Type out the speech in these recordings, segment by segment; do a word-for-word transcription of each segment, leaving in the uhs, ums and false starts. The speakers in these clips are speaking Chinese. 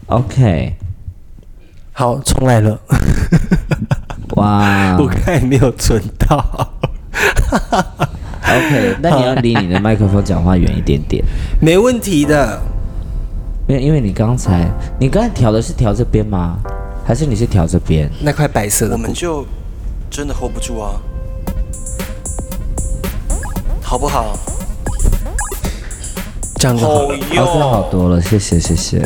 OK， 好，重来了。 哇， 我刚才没有存到。 OK， 那你要离你的麦克风讲话远一点点。 没问题的。 因为因为你刚才你刚才调的是调这边吗？还是你是调这边？ 那块白色的， 我们就真的 hold 不住啊，好不好？ 这样就好了。 哦，这样好多了，谢谢谢谢。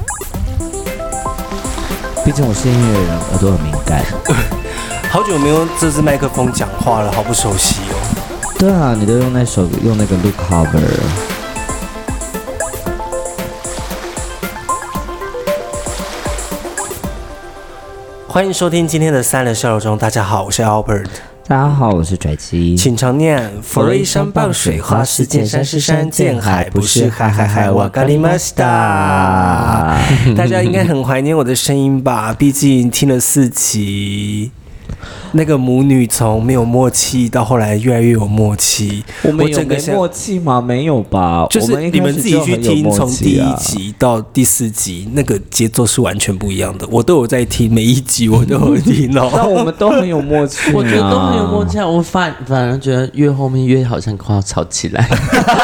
毕竟我是音乐人，耳朵很敏感。 好久没用这支麦克风讲话了，好不熟悉哦。 对啊，你都用那首用那个 Look Cover。 欢迎收听今天的三人笑中，大家好，我是 Albert。 大家好，我是拽鸡。 请常念佛瑞山傍水花，是见山是山，见海不是海，海海瓦咖喱玛西达。大家应该很怀念我的声音吧？毕竟听了四集。那个母女从没有默契到后来越来越有默契， 我们有没默契吗？没有吧？ 就是你们自己去听，从第一集到第四集，那个节奏是完全不一样的。我都有在听，每一集我都有听哦。 那我们都很有默契、啊， 我觉得都很有默契、啊。我反反而觉得越后面越好像快要吵起来。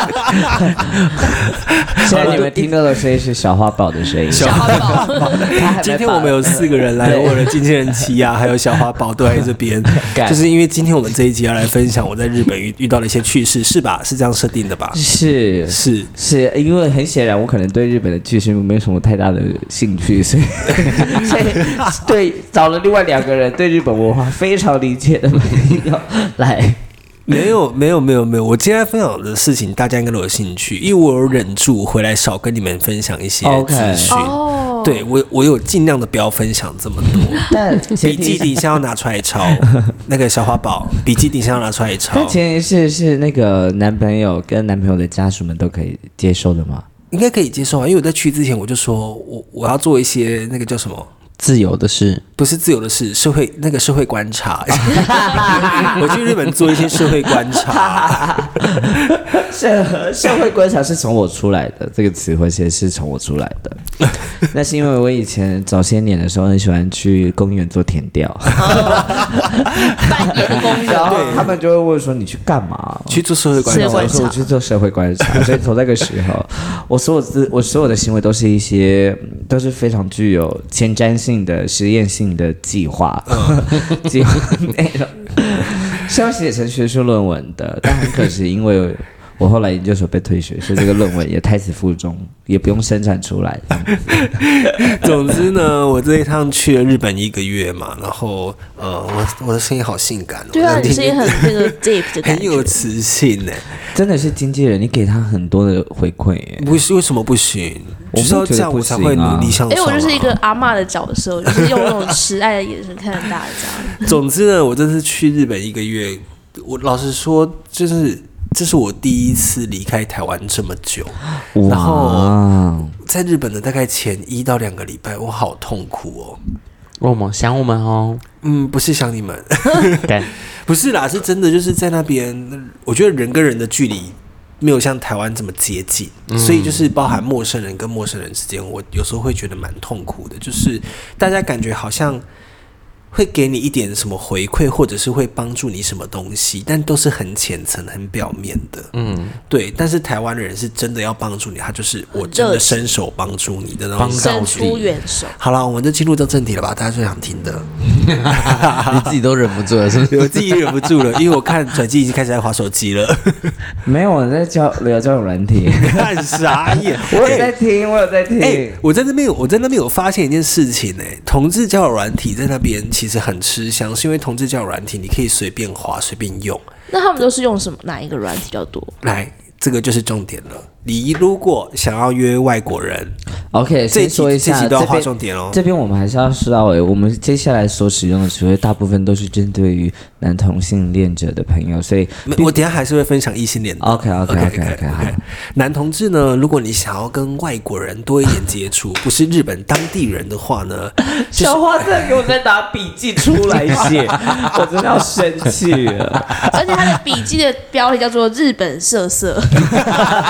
现在你们听到的声音是小花宝的声音。 小花宝， 今天我们有四个人来，我的经纪人齐亚还有小花宝都在这边。就是因为今天我们这一集要来分享我在日本遇遇到的一些趣事，是吧？是这样设定的吧？ 是是是，因为很显然我可能对日本的趣事没有什么太大的兴趣，所以所以对找了另外两个人对日本文化非常理解的朋友来。 没有没有没有没有，我今天分享的事情大家应该都有兴趣，因为我有忍住回来少跟你们分享一些资讯。 Okay. 对我我有尽量的不要分享这么多， 但笔记底下要拿出来抄。那个小花宝笔记底下要拿出来抄。 但前提是是那个男朋友跟男朋友的家属们都可以接受的吗？ 应该可以接受啊，因为我在去之前我就说我我要做一些那个叫什么。 自由的事不是自由的事，社会那个社会观察。我去日本做一些社会观察。 社社会观察是从我出来的，这个词汇其实是从我出来的。那是因为我以前早些年的时候很喜欢去公园做田调， 半夜的公园， 然后他们就会问说你去干嘛？ 去做社会观察。 我说我去做社会观察，所以从那个时候，我所有自我所有的行为都是一些都是非常具有前瞻性的实验性的计划，计划内容是要写成学术论文的，但很可惜，因为我后来研究所被退学，所以这个论文也胎死腹中，也不用生产出来。 总之呢，我这一趟去了日本一个月嘛，然后呃，我我的声音好性感哦。 对啊，你声音很那个 deep 的感觉， 很有磁性呢。 真的是经纪人，你给他很多的回馈耶。 不是为什么不行？我就是要这样，我才会努力向上、啊。 哎，我就是一个阿嬷的角色，我就是用那种慈爱的眼神看着大家。 总之呢，我这次去日本一个月，我老实说，就是这是我第一次离开台湾这么久，然后在日本的大概前一到两个礼拜，我好痛苦哦。 我们想我们哦， 嗯，不是想你们，不是啦，是真的，就是在那边，我觉得人跟人的距离没有像台湾这么接近，嗯、所以就是包含陌生人跟陌生人之间，我有时候会觉得蛮痛苦的，就是大家感觉好像会给你一点什么回馈，或者是会帮助你什么东西，但都是很浅层、很表面的。嗯，对。但是台湾的人是真的要帮助你，他就是我真的伸手帮助你的那种伸出援手。 好了，我们就进入到正题了吧？大家最想听的， 你自己都忍不住了，是不是？ 我自己忍不住了，因为我看转机已经开始在滑手机了。 没有，我在交聊交友软体， 看傻眼。 我有在听，我有在听。 欸、我在那边，我在那边有发现一件事情呢、欸，同志交友软体在那边其实很吃香，是因为同志交友软体你可以随便滑、随便用。 那他们都是用什么？哪一个软体比较多？ 来，这个就是重点了。你如果想要约外国人 ，OK， 先说一下， 这集都要划重点哦。 这边我们还是要说到尾，我们接下来所使用的词汇大部分都是针对于男同性恋者的朋友，所以我等一下还是会分享异性恋的。 OK OK OK OK, okay, 好。 男同志呢，如果你想要跟外国人多一点接触，不是日本当地人的话呢， 就是、小花真的给我在拿笔记出来写，我真的要生气了。 而且他的笔记的标题叫做"日本色色"。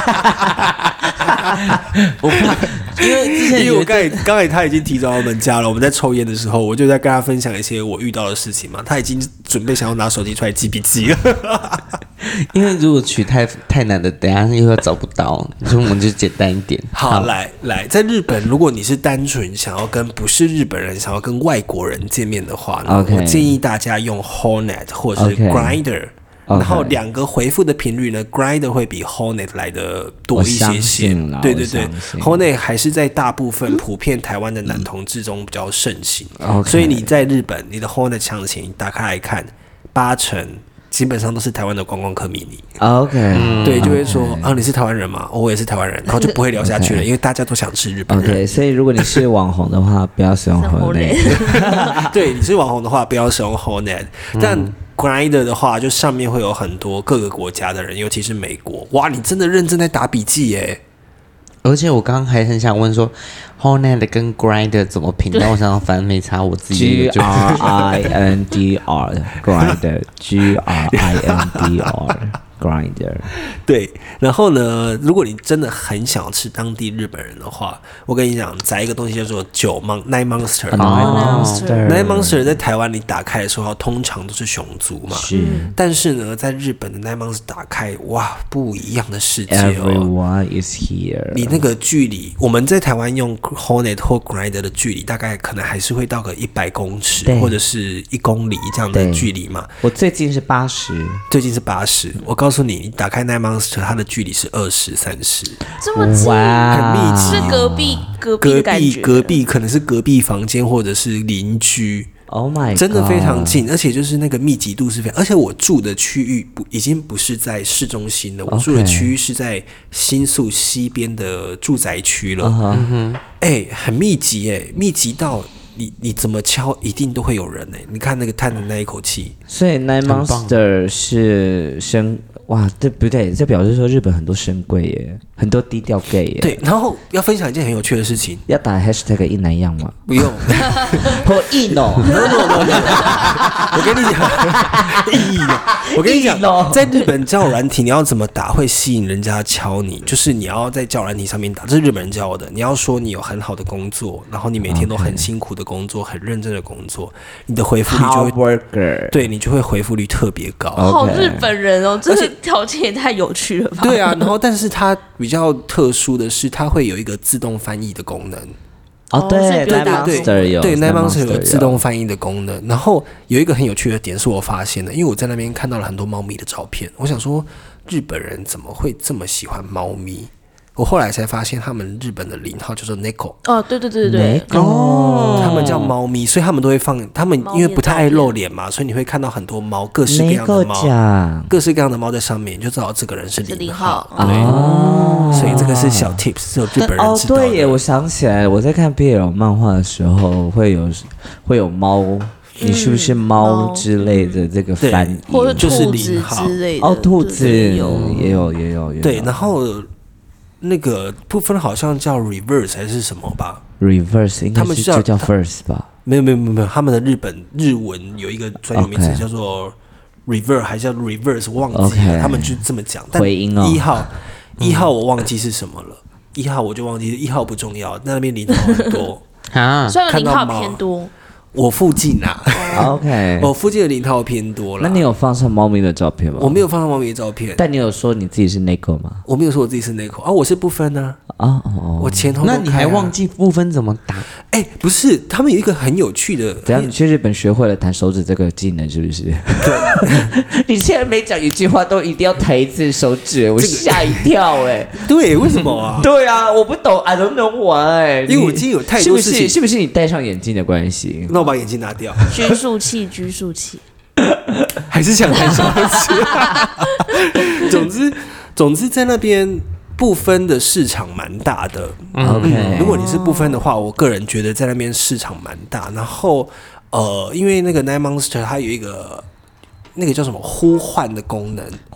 我怕，因为之前因为我刚才刚才他已经提早到我们家了，我们在抽烟的时候，我就在跟他分享一些我遇到的事情嘛，他已经准备想要拿手机出来记笔记了。 因为如果取太太难的，等一下又要找不到，所以我们就简单一点。 好，好来来，在日本，如果你是单纯想要跟不是日本人，想要跟外国人见面的话呢， Okay. 我建议大家用 Hornet 或者是 Grindr。Okay.然后两个回复的频率呢 ，Grindr 会比 Hornet 来的多一些些。对对对 ，Hornet 还是在大部分普遍台湾的男同志中比较盛行。 Okay. 所以你在日本，你的 Hornet 详情打开来看，八成基本上都是台湾的观光客迷你。 OK，、嗯、 对，就会说、okay. 啊，你是台湾人吗？哦，我也是台湾人，然后就不会聊下去了， okay. 因为大家都想吃日本人。 OK， 所以如果你是网红的话，不要使用 Hornet。 对，你是网红的话，不要使用 Hornet，、嗯、但。Grindr 的话，就上面会有很多各个国家的人，尤其是美国。哇，你真的认真在打笔记耶！ 而且我刚刚还很想问说 ，Hornet 跟 Grindr 怎么拼？但我想到反正没差，我自己 G R I N D R Grindr G R I N D R。Grindr 对，然后呢，如果你真的很想吃当地日本人的话，我跟你讲，载一个东西叫做酒 Mon Night Monster。Night Monster，Night Monster 在台湾你打开的时候，通常都是熊族嘛。 是。 但是呢，在日本的 Night Monster 打开，哇，不一样的世界哦。 Everyone is here。 你那个距离，我们在台湾用 Hornet 或 Grindr 的距离，大概可能还是会到个一百公尺或者是一公里这样的距离嘛。 我最近是八十， 最近是八十。我告诉你，你打开 Night Monster， 它的距离是二十、三十， 这么近， 很密集， 是隔壁隔壁的感觉， 隔壁隔壁可能是隔壁房间或者是邻居。 Oh my god， 真的非常近，而且就是那个密集度是非常，而且我住的区域不已经不是在市中心了， okay. 我住的区域是在新宿西边的住宅区了。嗯哼，哎，很密集哎，密集到。你你怎么敲，一定都会有人哎、欸！你看那个叹的那一口气， 所以 Night Monster 是深哇，对不对？这表示说日本很多深柜耶，很多低调 gay 耶。 对，然后要分享一件很有趣的事情， 要打 hashtag 一男样吗？ 不用， 或一 no no no no no， 我跟你讲，一 no， 我跟你讲，在日本交友软体，你要怎么打会吸引人家敲你？就是你要在交友软体上面打，这是日本人教我的。你要说你有很好的工作，然后你每天都很辛苦的工作， okay. 很认真的工作，你的回复率就会，对你就会回复率特别高。 好日本人哦，这个条件也太有趣了吧？ 对啊，然后但是它比较特殊的是，它会有一个自动翻译的功能。 哦，对对对对对 ，Night Monster 有自动翻译的功能。然后有一个很有趣的点是我发现的，因为我在那边看到了很多猫咪的照片，我想说日本人怎么会这么喜欢猫咪？我后来才发现，他们日本的零号叫做 Neko。 哦，对对对对对， 哦，他们叫猫咪，所以他们都会放。他们因为不太爱露脸嘛，所以你会看到很多猫，各式各样的猫，各式各样的猫在上面，你就知道这个人是零号。对，哦，所以这个是小 tips， 只有日本人知道的。 哦，对耶，我想起来，我在看 B L 漫画的时候，会有会有猫。你是不是猫之类的这个翻译， 或者就是兔子之类的？ 哦，兔子也有也有也有。 对，然后。那个部分好像叫 reverse 还是什么吧 ？reverse 应该是就叫 first 吧？ 没有没有没有，他们的日本日文有一个专有名词叫做 reverse， 还叫 reverse， 我忘记了， okay. 他们就这么讲。 回音哦。 一号一号我忘记是什么了，一号我就忘记，一号不重要，那边零号很多啊，虽然零号偏多。 我附近啊 ，OK， 我附近的零号偏多了。 那你有放上猫咪的照片吗？ 我没有放上猫咪的照片， 但你有说你自己是 Neko 吗？ 我没有说我自己是 Neko 啊，我是不分啊。 啊哦， 我前头、啊、 那你还忘记不分怎么打？ 哎、欸，不是，他们有一个很有趣的， 怎样？你去日本学会了弹手指这个技能是不是？对，你现在每讲一句话都一定要弹一次手指，我吓一跳哎、欸。 对，为什么啊？ 对啊，我不懂 ，I don't know why。 因为我今天有太多事情， 是不是？是不是你戴上眼镜的关系？ 那我把眼镜拿掉。 拘束器，拘束器， 还是想弹手指。总之，总之在那边。不分的市场蛮大的 ，OK。 如果你是不分的话，我个人觉得在那边市场蛮大。然后，呃，因为那个 Night Monster 它有一个那个叫什么呼唤的功能，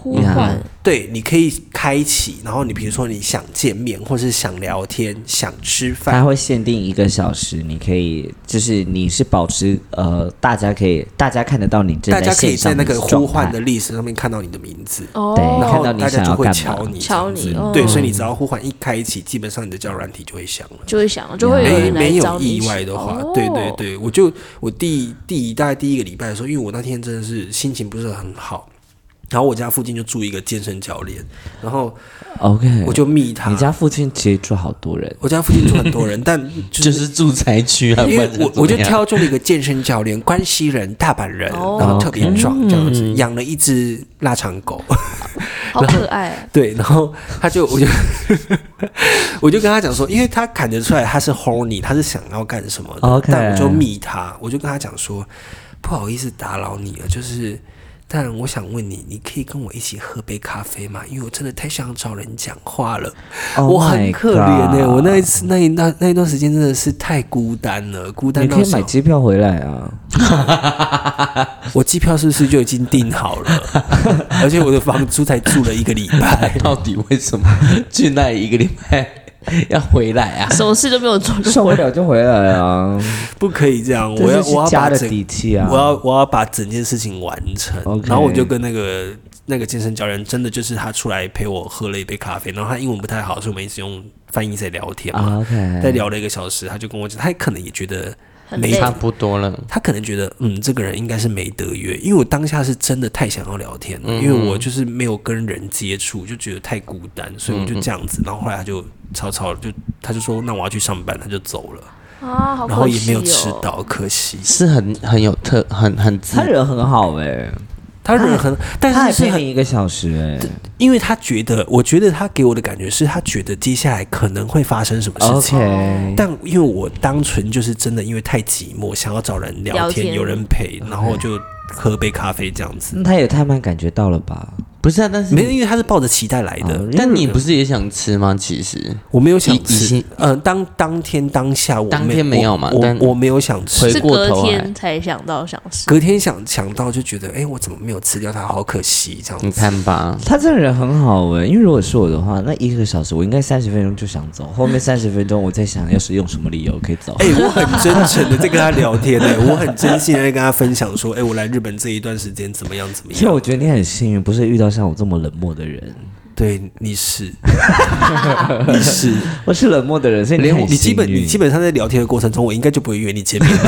呼唤， 对，你可以开启，然后你比如说你想见面，或是想聊天、想吃饭， 它会限定一个小时，你可以就是你是保持呃，大家可以大家看得到你正在大家可以线上在那个呼唤的状态历史上面看到你的名字， 哦， 对然后看到你大家就会想要干嘛敲你， 敲你哦对，所以你只要呼唤一开启，基本上你的交友软体就会响了。 就会想，就会有没人来没有找你一起。 意外的话， 哦对对对，我就我第第大概第一个礼拜的时候，因为我那天真的是心情不是很好，然后我家附近就住一个健身教练，然后 OK， 我就密他。 你家附近其实住好多人， 我家附近住很多人，但就就是是住宅区啊， 因为不然我我就怎么样挑中了一个健身教练，关西人，大阪人， 哦然后特别壮这样子，养了一只腊肠狗。 好可爱啊！ 对，然后他就我就我就跟他讲说，因为他看得出来他是 horny， 他是想要干什么的 OK 但我就密他，我就跟他讲说，不好意思打扰你了，就是但我想问你，你可以跟我一起喝杯咖啡吗？因为我真的太想找人讲话了。 Oh 我很 my 可怜哎、欸， God 我那一次那一那那一段时间真的是太孤单了，孤单你可以到想买机票回来啊。 我机票是不是就已经订好了？而且我的房租才住了一个礼拜。 到底为什么去那里一个礼拜要回来啊？ 什么事都没有做就受不回来。 了就回来啊！ 不可以这样，我这要我要是家的把整底气啊！ 我要我要把整件事情完成。 OK 然后我就跟那个那个健身教练，真的就是他出来陪我喝了一杯咖啡，然后他英文不太好，所以我们一直用翻译在聊天嘛。 啊 OK 在聊了一个小时，他就跟我讲，他可能也觉得没很累差不多了。 他可能觉得，嗯，这个人应该是没得约，因为我当下是真的太想要聊天了，因为我就是没有跟人接触，就觉得太孤单，所以我就这样子。然后后来他就草草就他就说，那我要去上班，他就走了， 啊，好可惜哦。 然后也没有吃到，可惜。 是很很有特很很自他人很好哎、 他人很，但他还是是很陪你一个小时哎、 因为他觉得，我觉得他给我的感觉是他觉得接下来可能会发生什么事情。 OK， 但因为我单纯就是真的因为太寂寞，想要找人聊天， 聊天有人陪，然后就喝杯咖啡这样子。 那他也太慢感觉到了吧？ 不是啊，但是没有，因为他是抱着期待来的。 哦但你不是也想吃吗？其实我没有想以以吃前， 呃，当当天当下我当天没有嘛我但我我没有想吃回， 是隔过头来天才想到想吃。 隔天想想到就觉得，哎、我怎么没有吃掉它，好可惜这样你子。 看吧， 他这个人很好哎、因为如果是我的话，那一个小时我应该三十分钟就想走，后面三十分钟我在想，要是用什么理由可以走。 哎、我很真诚的在跟他聊天哎、我很真心的在跟他分享说，哎、我来日本这一段时间怎么样怎么样。 因为我觉得你很幸运，不是遇到像我这么冷漠的人。 对，你是，你是， 我是冷漠的人，所以你很你基本幸运你基本上在聊天的过程中，我应该就不会约你见面了。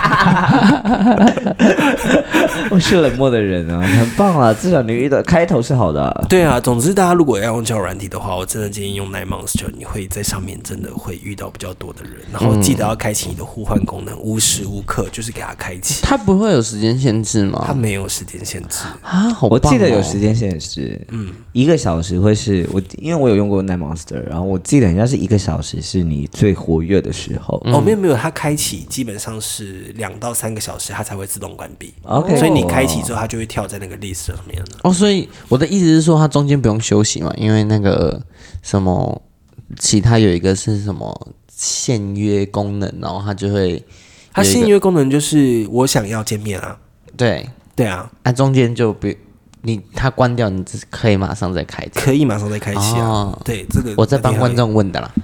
我是冷漠的人啊，很棒啊，至少你遇到开头是好的、啊。 对啊，总之大家如果要用交友软体的话，我真的建议用 Nine Monster，你会在上面真的会遇到比较多的人，然后记得要开启你的呼唤功能，无时无刻就是给它开启。 它不会有时间限制它吗？ 没有时间限制， 啊，好棒哦， 我记得有时间限制，嗯，一个小时会是我，因为我有用过 Nine Monster，然后我记得好像是一个小时是你最活跃的时候。 哦，没有没有，它开启基本上是两到三个小时，它才会自动关闭。 OK， 所以你开启之后，它就会跳在那个 list 上面了。 哦，所以我的意思是说，它中间不用休息嘛，因为那个什么，其他有一个是什么限约功能，然后它就会它有一个限约功能就是我想要见面啊， 对， 对啊， 啊中间就不你它关掉，你只可以马上再开。 可以马上再开启啊。 哦对，这个我在帮观众问的啦，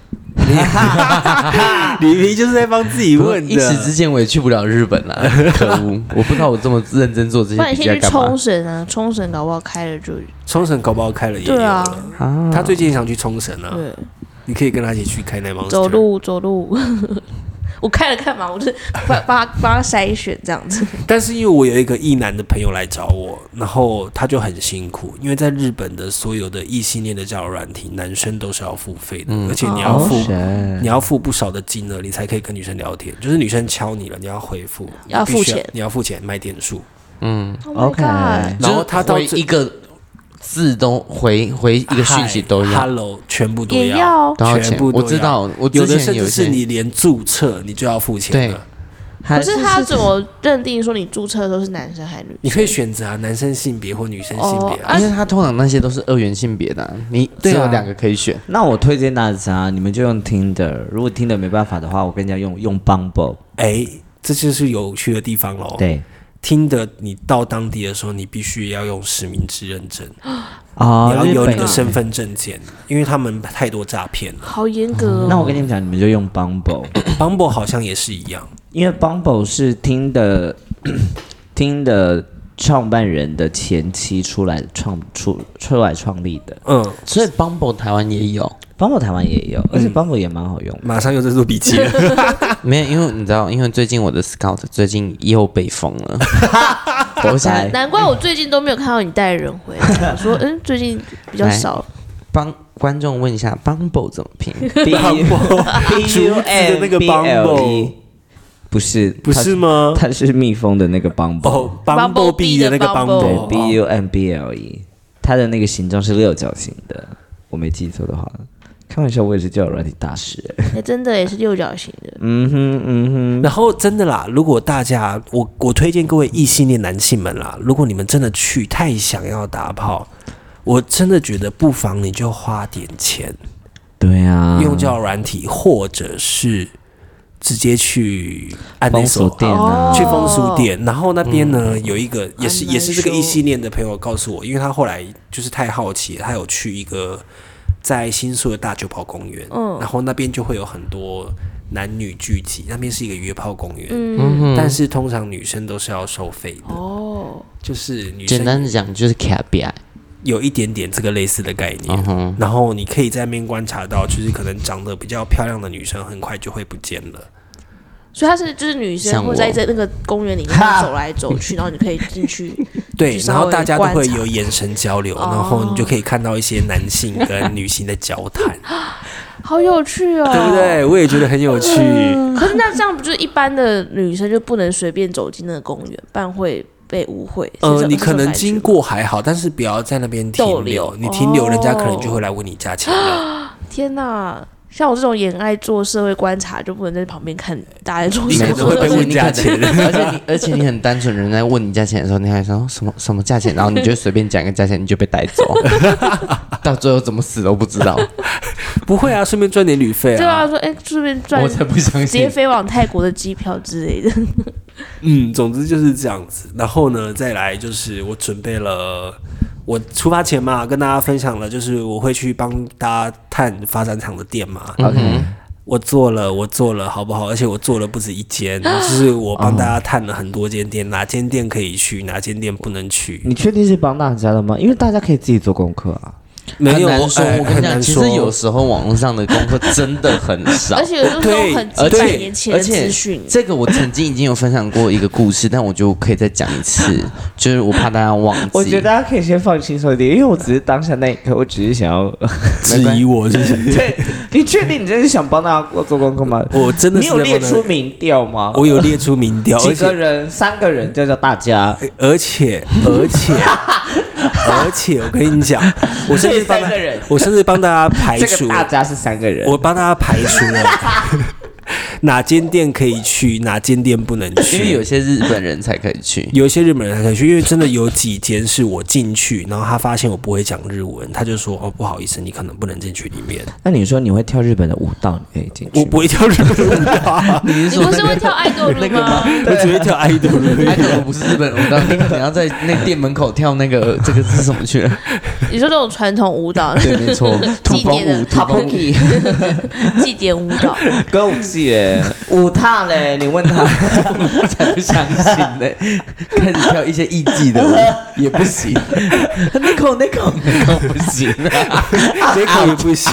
你明明就是在帮自己问的。 一时之间我也去不了日本啦，可恶！我不知道我这么认真做这不然些笔记在干你先去冲嘛。 绳啊，冲绳搞不好开了就冲绳搞不好开了也有对啊了， 啊， 他最近想去冲绳啊， 对， 你可以跟他一起去开那帮走。路走路。我开了看嘛，我就是帮帮他帮他筛选这样子。 但是因为我有一个异男的朋友来找我，然后他就很辛苦，因为在日本的所有的异性恋的交友软体，男生都是要付费的，而且你要付、 哦你要付不少的金额，你才可以跟女生聊天。就是女生敲你了，你要回复， 要你必须付钱你要付钱买点数。 嗯， Oh my OK god！ 然后他到这回一个字都回回一个讯息都要， ，Hello，全部都要， 也要都要钱。 全部都要我知道，我之有的甚至前有一些是你连注册你就要付钱对了。 可是他怎么认定说你注册的都是男生还是女生？ 你可以选择啊，男生性别或女生性别啊。 哦因为他通常那些都是二元性别的啊、你只对啊有两个可以选。 那我推荐大家，你们就用 Tinder。如果 Tinder 没办法的话，我跟你讲用用 Bumble。 哎，这就是有趣的地方喽。 对听的你到当地的时候，你必须要用实名制认证， 哦， 你要有你的日身份证件，因为他们太多诈骗了。 好严格哦。 那我跟你们讲，你们就用 Bumble，Bumble 好像也是一样， 因为 Bumble 是听的听的创办人的前妻出来创出出来创立的， 嗯， 所以 Bumble 台湾也有。 Bumble 台湾也有，而且 Bumble 也蛮好用的。 马上又在做笔记了。 没有，因为你知道，因为最近我的 Scout 最近又被封了。我现在难怪我最近都没有看到你带人回来。我说，嗯，最近比较少。 帮观众问一下 ，Bumble 怎么拼 ？B U N 那个 Bumble 不是不是吗？ 它是蜜蜂的那个 Bumble， 哦 ，Bumblebee 的那个 Bumble， 对 ，B U N B L E， 它的那个形状是六角形的，我没记错的话。开玩笑，我也是交友软体大师哎、 欸，真的也是六角形的。 嗯哼嗯哼。 然后真的啦，如果大家，我我推荐各位异性恋男性们啦，如果你们真的去太想要打炮，我真的觉得不妨你就花点钱， 对啊， 用交友软体，或者是直接去按那风俗店啊， 去风俗店，然后那边呢、嗯、有一个也是也是这个异性恋的朋友告诉我，因为他后来就是太好奇，他有去一个。在新宿的大久保公园、嗯，然后那边就会有很多男女聚集，那边是一个约炮公园，嗯，但是通常女生都是要收费的，哦，就是女生简单的讲就是 K B I， 有一点点这个类似的概念、嗯，然后你可以在那边观察到，就是可能长得比较漂亮的女生很快就会不见了。 所以她是就是女生会在在那个公园里面走来走去，然后你可以进去， 对，然后大家都会有眼神交流，然后你就可以看到一些男性跟女性的交谈， 好有趣哦， 对不对？我也觉得很有趣。 嗯、可是那这样不就是一般的女生就不能随便走进那个公园，不然会被误会？ 呃，你可能经过还好，但是不要在那边停留，你停留，人家可能就会来问你价钱了。 天哪！像我这种也爱做社会观察，就不能在旁边看大家在做什么， 你可能会被问价钱， 而且你而且你很单纯，人家问你价钱的时候，你还说什么什么价钱，然后你就随便讲一个价钱，你就被带走，到最后怎么死都不知道。 不会啊，顺便赚点旅费啊。 对啊，说哎，顺便赚， 我才不相信， 直接飞往泰国的机票之类的。 嗯，总之就是这样子。然后呢，再来就是我准备了。我出发前嘛，跟大家分享了，就是我会去帮大家探发展场的店嘛。OK，、嗯、我做了，我做了，好不好？而且我做了不止一间，就是我帮大家探了很多间店，哪间店可以去，哪间店不能去。 你确定是帮大家的吗？因为大家可以自己做功课啊。 没有， 很难说。 哎、 我跟你讲，其实有时候网络上的功课真的很少， 而且有时候很几百年前的资讯。 这个我曾经已经有分享过一个故事，但我就可以再讲一次，就是我怕大家忘记。 我觉得大家可以先放轻松一点，因为我只是当下那一刻，我只是想要质疑我，是不是？ 对，你确定你真是想帮大家做功课吗？ 我真的是。 你有列出民调吗？ 我有列出民调， 几个人？三个人就叫大家， 而且而且。而且我跟你讲，我甚至帮他，我甚至帮大家排除， 这个大家是三个人， 我帮大家排除了哪间店可以去，哪间店不能去。 因为有些日本人才可以去， 有一些日本人才可以去，因为真的有几间是我进去，然后他发现我不会讲日文，他就说：“哦，不好意思，你可能不能进去里面。” 那你说你会跳日本的舞蹈，你可以进去？ 我不会跳日本的舞蹈。 你不是会跳爱豆舞吗？ 我只会跳爱豆舞。 爱豆舞不是日本舞蹈，你可能要在那店门口跳那个这个是什么去了？ 你说这种传统舞蹈？ 对，没错， 祭典的土风舞， 祭典舞蹈， 歌舞伎耶，舞踏嘞，你问他， 我才不相信嘞。开始跳一些艺伎的舞也不行， 那口那口那口不行啊， 那口也不行。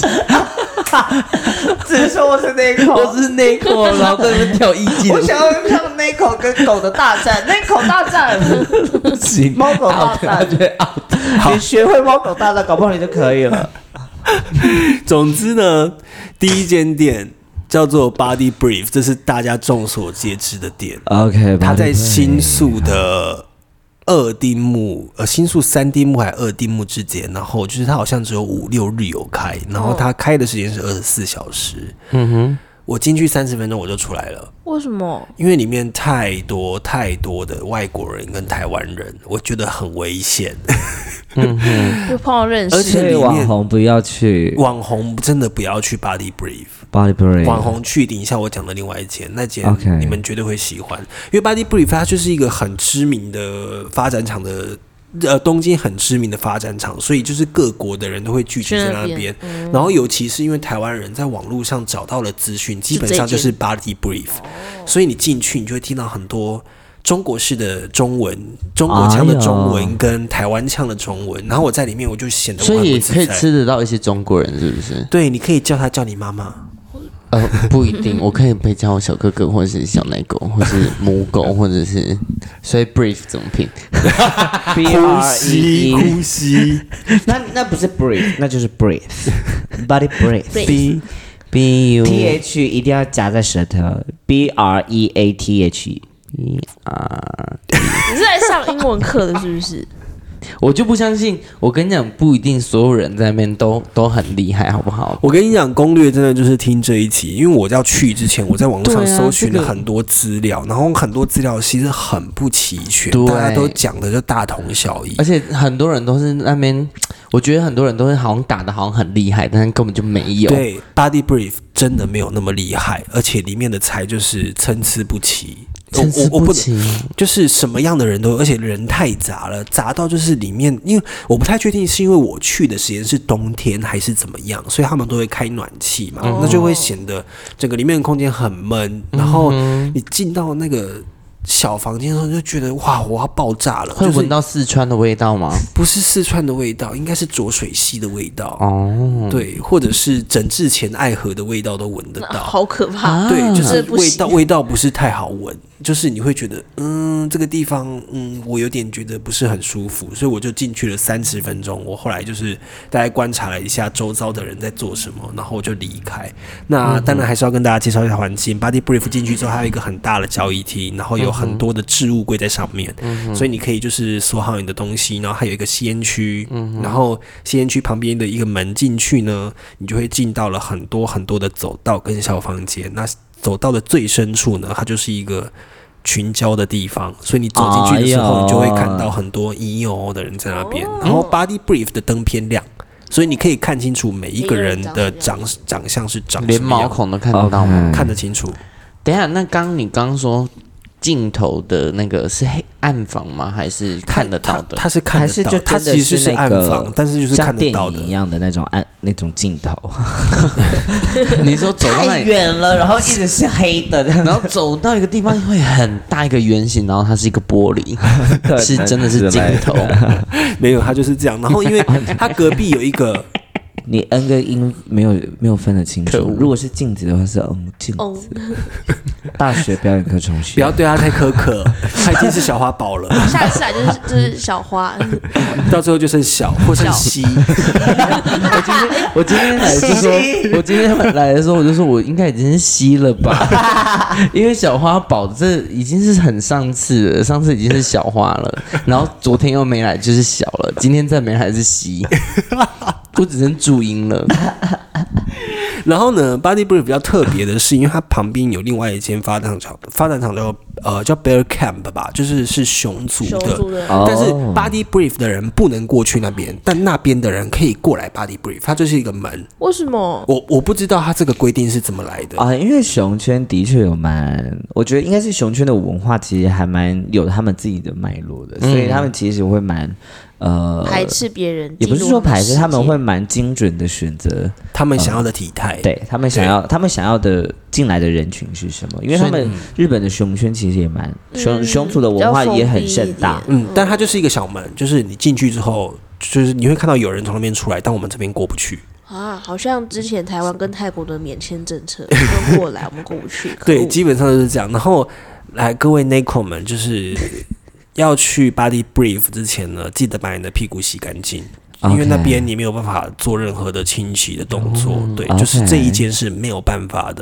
只是说我是那口， 我是那口，然后在那边跳艺伎的舞。 我想要看那口跟狗的大战，那口大战不行， 猫狗大战， 觉得 out。 你学会猫狗大战，搞不好你就可以了。 总之呢，第一间店叫做 Body Brief， 这是大家众所皆知的店。 OK， 它在新宿的二丁目，呃，新宿三丁目还二丁目之间，然后就是它好像只有五六日有开，然后它开的时间是二十四小时。嗯哼， 我进去三十分钟我就出来了。 为什么？ 因为里面太多太多的外国人跟台湾人，我觉得很危险。 嗯哼， 就碰到认识， 而且里面网红不要去， 网红真的不要去 Body Brief。Body Brief， 网红去，等一下我讲的另外一间，那间 Okay 你们绝对会喜欢，因为 Body Brief 它就是一个很知名的发展场的。呃，东京很知名的发展场，所以就是各国的人都会聚集在那边。嗯、然后，尤其是因为台湾人在网络上找到了资讯，基本上就是 Body Brief，、哦、所以你进去，你就会听到很多中国式的中文、中国腔的中文跟台湾腔的中文。然后我在里面，我就显得我很不自在。 所以可以吃得到一些中国人，是不是？ 对，你可以叫他叫你妈妈。 呃，不一定，我可以被叫我小哥哥，或者是小奶狗，或是母狗，或者是，所以 brief 怎么拼？ B R E E 呼吸， 那那不是 brief， 那就是 breathe，body breathe。 B U T H 一定要夹在舌头 ，B R E A T H E R。 你是在上英文课的，是不是？ 我就不相信，我跟你讲，不一定所有人在那边都都很厉害，好不好？ 我跟你讲，攻略真的就是听这一期，因为我要去之前，我在网络上搜寻了很多资料，啊这个、然后很多资料其实很不齐全，大家都讲的就大同小异， 而且很多人都是那边，我觉得很多人都是好像打的好像很厉害，但是根本就没有。 对 ，Body Brief 真的没有那么厉害，而且里面的菜就是参差不齐。 参差不齐， 就是什么样的人都，而且人太杂了，杂到就是里面，因为我不太确定是因为我去的时间是冬天还是怎么样，所以他们都会开暖气嘛，哦、那就会显得整个里面的空间很闷，然后你进到那个小房间的时候，就觉得哇，我要爆炸了！ 会闻到四川的味道吗？ 不是四川的味道，应该是浊水溪的味道哦。 对，或者是整治前爱河的味道都闻得到， 好可怕！ 对，就是味道，味道不是太好闻。就是你会觉得，嗯，这个地方，嗯，我有点觉得不是很舒服，所以我就进去了三十分钟。我后来就是大概观察了一下周遭的人在做什么，然后我就离开。那当然还是要跟大家介绍一下环境。Body Brief 进去之后，还有一个很大的交易厅，然后有很多的置物柜在上面，嗯、所以你可以就是锁好你的东西，然后还有一个吸烟区，嗯、然后吸烟区旁边的一个门进去呢，你就会进到了很多很多的走道跟小房间。那走到的最深处呢，它就是一个群交的地方，所以你走进去的时候，你就会看到很多E友的人在那边。然后 Body Brief 的灯偏亮，所以你可以看清楚每一个人的长长相是长什么样， 连毛孔都看得到吗？ Okay. 看得清楚。 等一下，那刚你刚说镜头的那个是黑暗房吗？还是看得到的？ 它是看得到， 还是就它其实是暗房，但是就是看得到的， 像电影一样的那种暗那种镜头。 你说走到太远了，然后一直是黑的， 然后走到一个地方会很大一个圆形，然后它是一个玻璃，是真的是镜头。 没有，它就是这样。然后因为它隔壁有一个。 你 N 个音没有没有分得清楚，如果是镜子的话是 N 镜子。大学表演课同学， 不要对他太苛刻，他已经是小花宝了。 下次来就是就是小花， 到最后就剩小或剩西。 我今天我今天来是说，我今天来的时候我就说我应该已经是西了吧，因为小花宝这已经是很上次了，上次已经是小花了，然后昨天又没来就是小了，今天再没来是西。我只剩注音了。 然后呢 ，Body Brief 比较特别的是，因为它旁边有另外一间发展场，发展场叫呃叫 Bear Camp 吧，就是是熊族的。 熊族的但是 Body Brief 的人不能过去那边，但那边的人可以过来 Body Brief， 它就是一个门。 为什么？ 我我不知道它这个规定是怎么来的啊，因为熊圈的确有蛮，我觉得应该是熊圈的文化其实还蛮有他们自己的脉络的，嗯、所以他们其实会蛮。呃， 排斥别人， 也不是说排斥，他们会蛮精准的选择他们想要的体态、呃， 对他们想要，他们想要的进来的人群是什么？因为他们日本的熊圈其实也蛮熊、嗯、熊族的文化也很盛大， 嗯，但它就是一个小门，就是你进去之后，就是你会看到有人从那边出来，但我们这边过不去。 啊，好像之前台湾跟泰国的免签政策，跟过来我们过不去。 对，基本上就是这样。然后来各位 Neko 们，就是。要去 Body Brief 之前呢，记得把你的屁股洗干净， Okay. 因为那边你没有办法做任何的清洗的动作。哦、对， Okay. 就是这一间是没有办法的。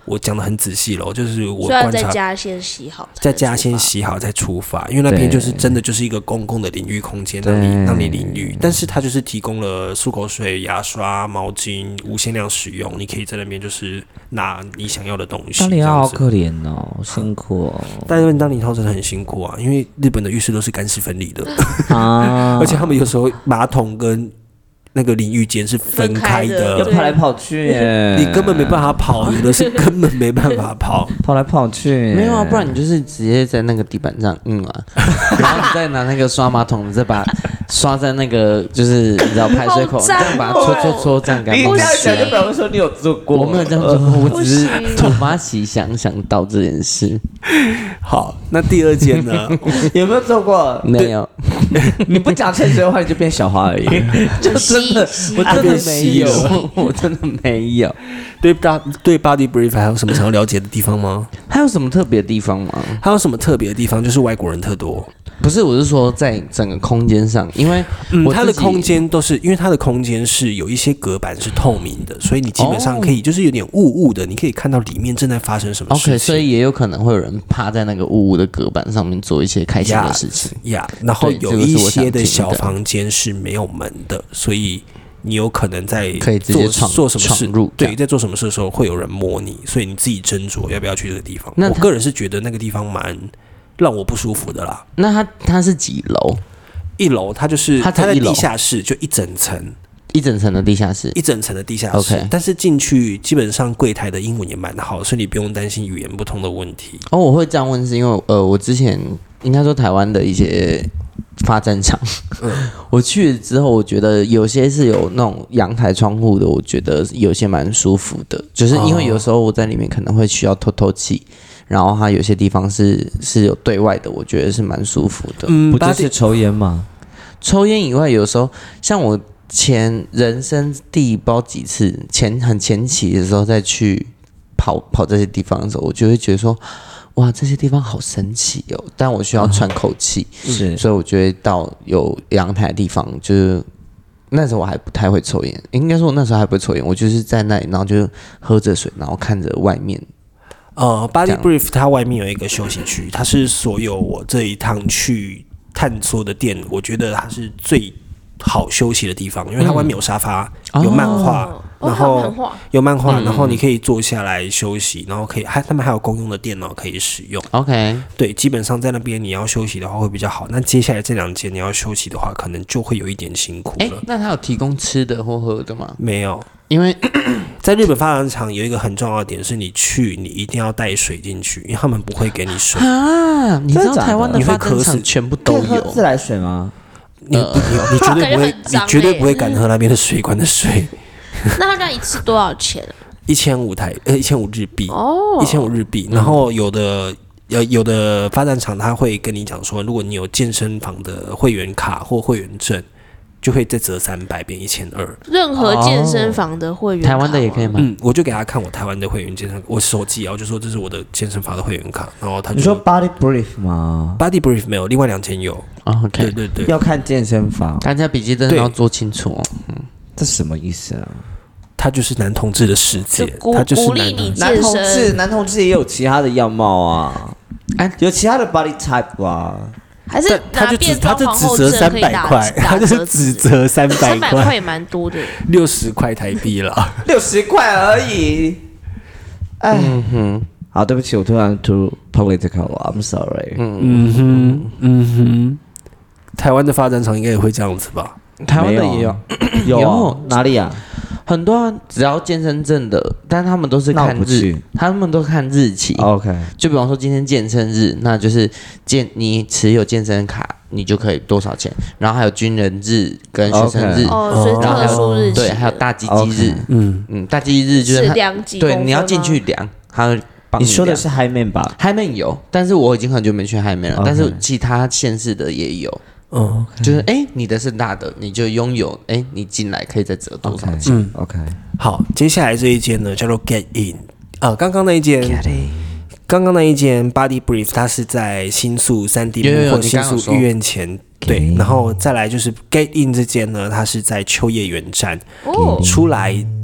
我讲的很仔细了，就是我虽然观察在家先洗好， 在家先洗好再出发，因为那边就是真的就是一个公共的淋浴空间，让你让你淋浴，但是它就是提供了漱口水、牙刷、毛巾无限量使用，你可以在那边就是拿你想要的东西。 当你好可怜哦，辛苦哦。 但是当你套真的很辛苦啊，因为日本的浴室都是干湿分离的啊， 而且他们有时候马桶跟那个淋浴间是分开的， 要跑来跑去耶， 你根本没办法跑，有的是根本没办法跑， 跑来跑去。 没有啊，不然你就是直接在那个地板上，嗯啊，然后你再拿那个刷马桶，你再把刷在那个就是你知道排水口，这样把它搓搓搓，这样干嘛？ 你这样讲就表示说你有做过， 我没有这样做过，我只是突发奇想想到这件事。 好，那第二间呢？ 有没有做过？ 没有。 你不讲诚实的话，你就变小花而已。就真的，我真的没有， 我真的没有。 对大对 Body Brief 还有什么想要了解的地方吗？ 还有什么特别的地方吗？ 还有什么特别的地方？就是外国人特多。 不是，我是说在整个空间上，因为嗯，它的空间都是因为它的空间是有一些隔板是透明的，所以你基本上可以就是有点雾雾的，你可以看到里面正在发生什么事情。 OK， 所以也有可能会有人趴在那个雾雾的隔板上面做一些开心的事情呀。Yeah, yeah, 然后有一些的小房间是没有门的，所以你有可能在可以直接做做什么事， 入对，在做什么事的时候会有人摸你，所以你自己斟酌要不要去这个地方。我个人是觉得那个地方蛮让我不舒服的啦。 那它它是几楼？ 一楼，它就是它在地下室，就一整层， 一整层的地下室， 一整层的地下室。 Okay. 但是进去基本上柜台的英文也蛮好，所以你不用担心语言不通的问题。 哦，我会这样问是因为呃，我之前应该说台湾的一些发展场，嗯、我去了之后，我觉得有些是有那种阳台窗户的，我觉得有些蛮舒服的，就是因为有时候我在里面可能会需要透透气。然后它有些地方是是有对外的，我觉得是蛮舒服的。 嗯，不就是抽烟吗？ 抽烟以外，有时候像我前人生第不知道几次前很前期的时候再去跑跑这些地方的时候，我就会觉得说，哇，这些地方好神奇哦！但我需要喘口气， 是、 嗯，所以我就会到有阳台的地方，就是那时候我还不太会抽烟，应该说我那时候还不会抽烟，我就是在那里，然后就喝着水，然后看着外面。 呃 ，Body Brief 它外面有一个休息区，它是所有我这一趟去探索的店，我觉得它是最好休息的地方，因为它外面有沙发，嗯、有漫画， 哦、 然后有漫画， 嗯、 然后你可以坐下来休息，然后可以还他们还有公用的电脑可以使用。 OK， 对，基本上在那边你要休息的话会比较好。那接下来这两间你要休息的话，可能就会有一点辛苦了。 那它有提供吃的或喝的吗？ 没有。 因为在日本发展场有一个很重要的点是，你去你一定要带水进去，因为他们不会给你水啊。你知道台湾的发展场全部都有自来水吗？ 你你你绝对不会，你绝对不会敢喝那边的水管的水。 那他这样一次多少钱啊？ 一千五台呃一千五日币哦， 一千五日币。然后有的有有的发展场他会跟你讲说，如果你有健身房的会员卡或会员证。就会再折三百变一千二。 任何健身房的会员卡、 哦，台湾的也可以吗？ 嗯，我就给他看我台湾的会员健身，我手机啊，我就说这是我的健身房的会员卡，然后他就你说 Body Brief 吗 ？Body Brief 没有，另外两间有。 哦 OK， 对对对， 要看健身房， 大家笔记真的要做清楚哦。 嗯，这什么意思啊？ 他就是男同志的世界， 就他就是鼓励你健男同志， 身。 男同志也有其他的样貌啊，哎，有其他的 body type 啊。 还是他就只他就只折三百块，他就是只折三百块， 三百块也蛮多的， 六十块台币了， 六十块而已。哎，嗯哼，好，对不起，我突然 too political，I'm sorry。 嗯哼，嗯哼，台湾的发展场应该也会这样子吧？ 台湾的也有， 有有哪里啊？ 很多啊，只要健身证的，但他们都是看日，他们都看日期。 OK， 就比方说今天健身日，那就是健你持有健身卡，你就可以多少钱。然后还有军人日跟学生日， okay. 哦，所以特殊日期， 对，还有大鸡鸡日，嗯嗯，大鸡鸡日就是量几对，你要进去量，他会帮你。 你说的是海面吧？ 海面有，但是我已经很久没去海面了， okay. 但是其他县市的也有。 嗯， okay. 就是哎、欸，你的是大的，你就拥有哎、欸，你进来可以再折多少钱？ 嗯 ，OK。 好，接下来这一间呢叫做 Get In 啊，刚刚那一间，刚刚那一间 Body Brief， 它是在新宿三 D 或新宿御苑前，对，然后再来就是 Get In 这间呢，它是在秋叶原站，哦，出来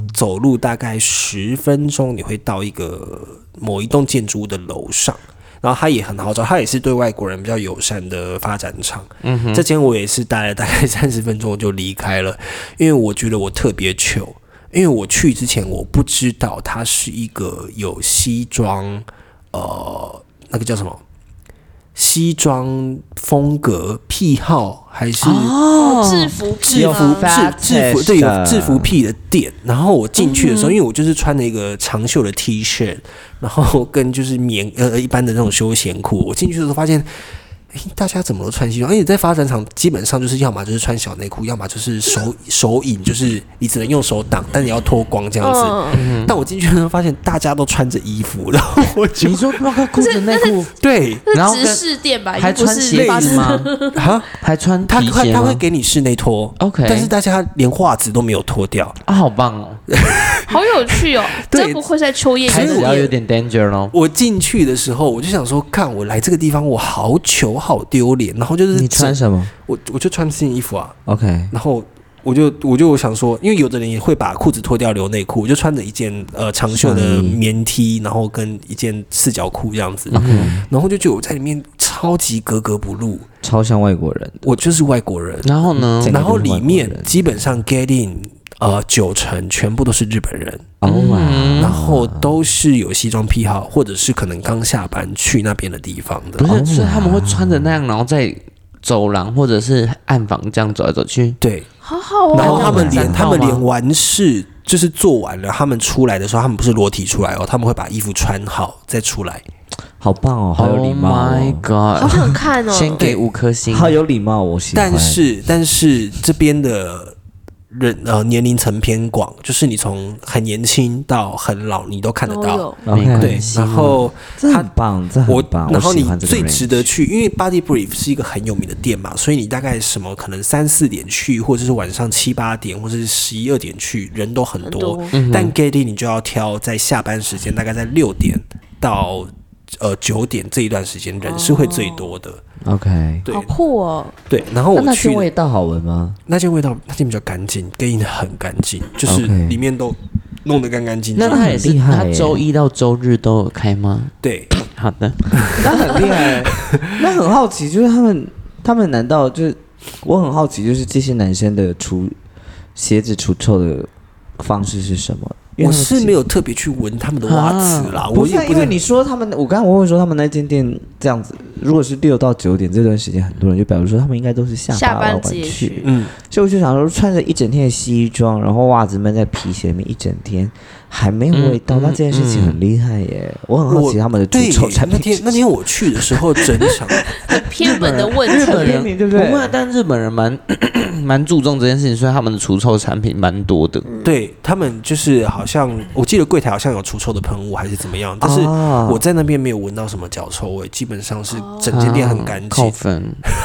走路大概十分钟，你会到一个某一栋建筑物的楼上。然后它也很好找，它也是对外国人比较友善的发展场。嗯哼，这间我也是待了大概三十分钟就离开了，因为我觉得我特别糗。因为我去之前我不知道它是一个有西装，呃，那个叫什么？西装风格癖好还是哦制服制服制制服对有制服癖的店，然后我进去的时候，嗯、因为我就是穿了一个长袖的 T 恤，然后跟就是棉呃一般的那种休闲裤，我进去的时候发现。大家怎么都穿西装？而且在发展场基本上就是要么就是穿小内裤，要么就是手手影，就是你只能用手挡，但你要脱光这样子。嗯、但我进去的时候发现大家都穿着衣服，然后我就你说包括裤子内裤对， 然后直视店吧， 还穿鞋子吗？ 啊， 还穿他皮鞋吗？ 他会给你室内脱 ，OK， 但是大家连袜子都没有脱掉啊，好棒哦， 好有趣哦，这不会在秋叶开始要有点 danger 咯。 我进去的时候我就想说，看我来这个地方我好糗好丢脸。然后就是你穿什么？ 我我就穿这件衣服啊 ，OK。 然后我就我就想说，因为有的人也会把裤子脱掉留内裤，我就穿着一件呃长袖的棉 T， 然后跟一件四角裤这样子， okay. 然后就觉得我在里面超级格格不入， 超像外国人。 我就是外国人。 然后呢？ 然后里面基本上 get in。呃，九成全部都是日本人哦，哇、 嗯！然后都是有西装癖好，或者是可能刚下班去那边的地方的。 不是，所以他们会穿着那样，然后在走廊或者是暗房这样走来走去。 对， 好好哦。 然后他们连他们连完事就是做完了，他们出来的时候，他们不是裸体出来哦，他们会把衣服穿好再出来。 好棒哦，好有礼貌、哦。 Oh my god！ 好想看哦， 先给五颗星。 好有礼貌，我喜欢。 但是但是这边的。人呃年龄层偏广，就是你从很年轻到很老，你都看得到。 Okay, 对，然后这很棒，这很棒。 然后你最值得去，因为 Body Brief 是一个很有名的店嘛，所以你大概什么可能三四点去，或者是晚上七八点，或者是十一二点去，人都很多。很多但 Get In 你就要挑在下班时间，大概在六点到呃九点这一段时间，人是会最多的。 OK， 对，好酷哦。 对，然后我去那间味道好闻吗？ 那间味道，那间比较干净 ，Get In 很干净，就是里面都弄得干干净净。 那他也是，他周一到周日都有开吗？ 对， 好的， 那很厉害。那很好奇，就是他们，他们难道就是我很好奇，就是这些男生的除鞋子除臭的方式是什么？ 我是没有特别去闻他们的袜子啦， 啊、 我也不是因为你说他们，我刚刚我会说他们那间店这样子，如果是六到九点这段时间，很多人就表示说他们应该都是下班晚去， 嗯， 所以我就想说穿着一整天的西装，然后袜子闷在皮鞋里面一整天，还没有味道，嗯、那这件事情很厉害耶！我很好奇他们的除臭产品。 那天那天我去的时候，整场很偏门的问题， 日本人对不对？ 不会，但日本人蛮蛮注重这件事情，所以他们的除臭产品蛮多的。 嗯、对他们就是好像我记得柜台好像有除臭的喷雾还是怎么样，但是我在那边没有闻到什么脚臭味，基本上是整间店很干净。 扣分。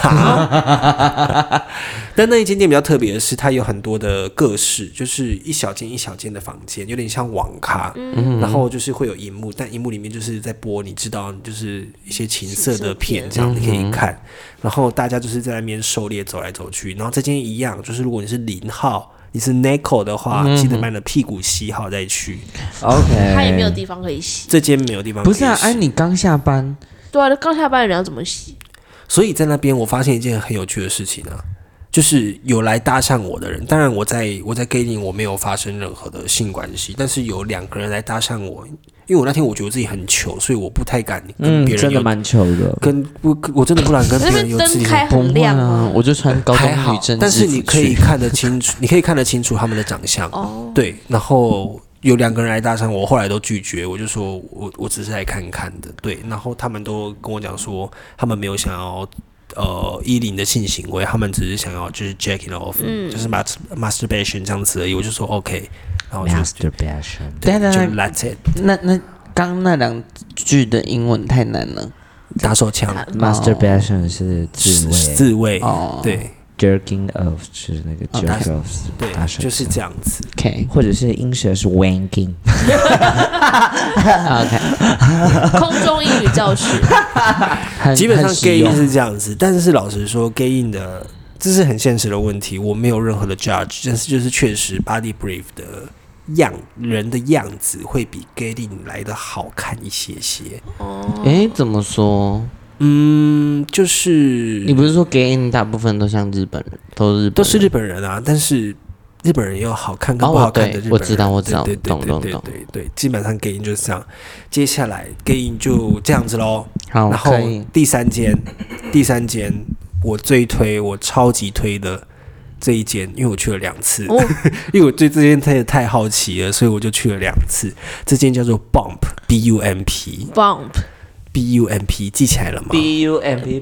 但那一间店比较特别的是，它有很多的各式，就是一小间一小间的房间，有点像网咖，嗯、然后就是会有荧幕，但荧幕里面就是在播，你知道，就是一些情色的片，这样你可以看。嗯、然后大家就是在那边狩猎走来走去，然后这间一样，就是如果你是零号。你是 Neko 的话，嗯、记得把你的屁股洗好再去。 OK， 他也没有地方可以洗。 这间没有地方可以洗。 不是啊，哎，你刚下班。 对啊，刚下班的人要怎么洗？ 所以在那边我发现一件很有趣的事情啊，就是有来搭讪我的人，当然我在我在 Gating 我没有发生任何的性关系，但是有两个人来搭讪我。因为我那天我觉得自己很糗，所以我不太敢跟别人、嗯、 真的蛮糗的， 跟不我真的不敢跟别人有自己灯开很亮啊， 我就穿高中女生， 但是你可以看得清楚，你可以看得清楚他们的长相，哦、对，然后有两个人来搭讪我，后来都拒绝，我就说我我只是来看看的，对，然后他们都跟我讲说，他们没有想要。呃，依零的性行为，他们只是想要就是 jacking off，、嗯、就是 masturbation 这样子而已。我就说 OK， 然后就 masturbation， 对，就 that's it。 那那刚那两句的英文太难了， 打手枪。 masturbation 是自慰， 自慰， 哦、 对。 jerking off 是那个 jerk off，、哦、 对，就是这样子。 OK， 或者是英舌是 wanking。 OK， 空中英语教学。 基本上 gay in 是这样子，但是老实说 ，gay in 的这是很现实的问题，我没有任何的 judge， 但是就是确实 body brief 的样人的样子会比 Gaylin 来的好看一些些。 哦， 哎，怎么说？ 嗯，就是你不是说 gay 大部分都像日本人，都是日本人都是日本人啊，但是日本人也有好看跟不好看的日本人。 哦、我知道，我知道， 对对对对对懂懂懂。 对对，基本上 Gaylin 就是这样。接下来 Gaylin 就这样子喽。 好， 然后第三间，第三间我最推，我超级推的这一间，因为我去了两次，哦、因为我对这间太太好奇了，所以我就去了两次。这间叫做 Bump，B U M P，Bump。B U M P 记起来了吗 ？B U M P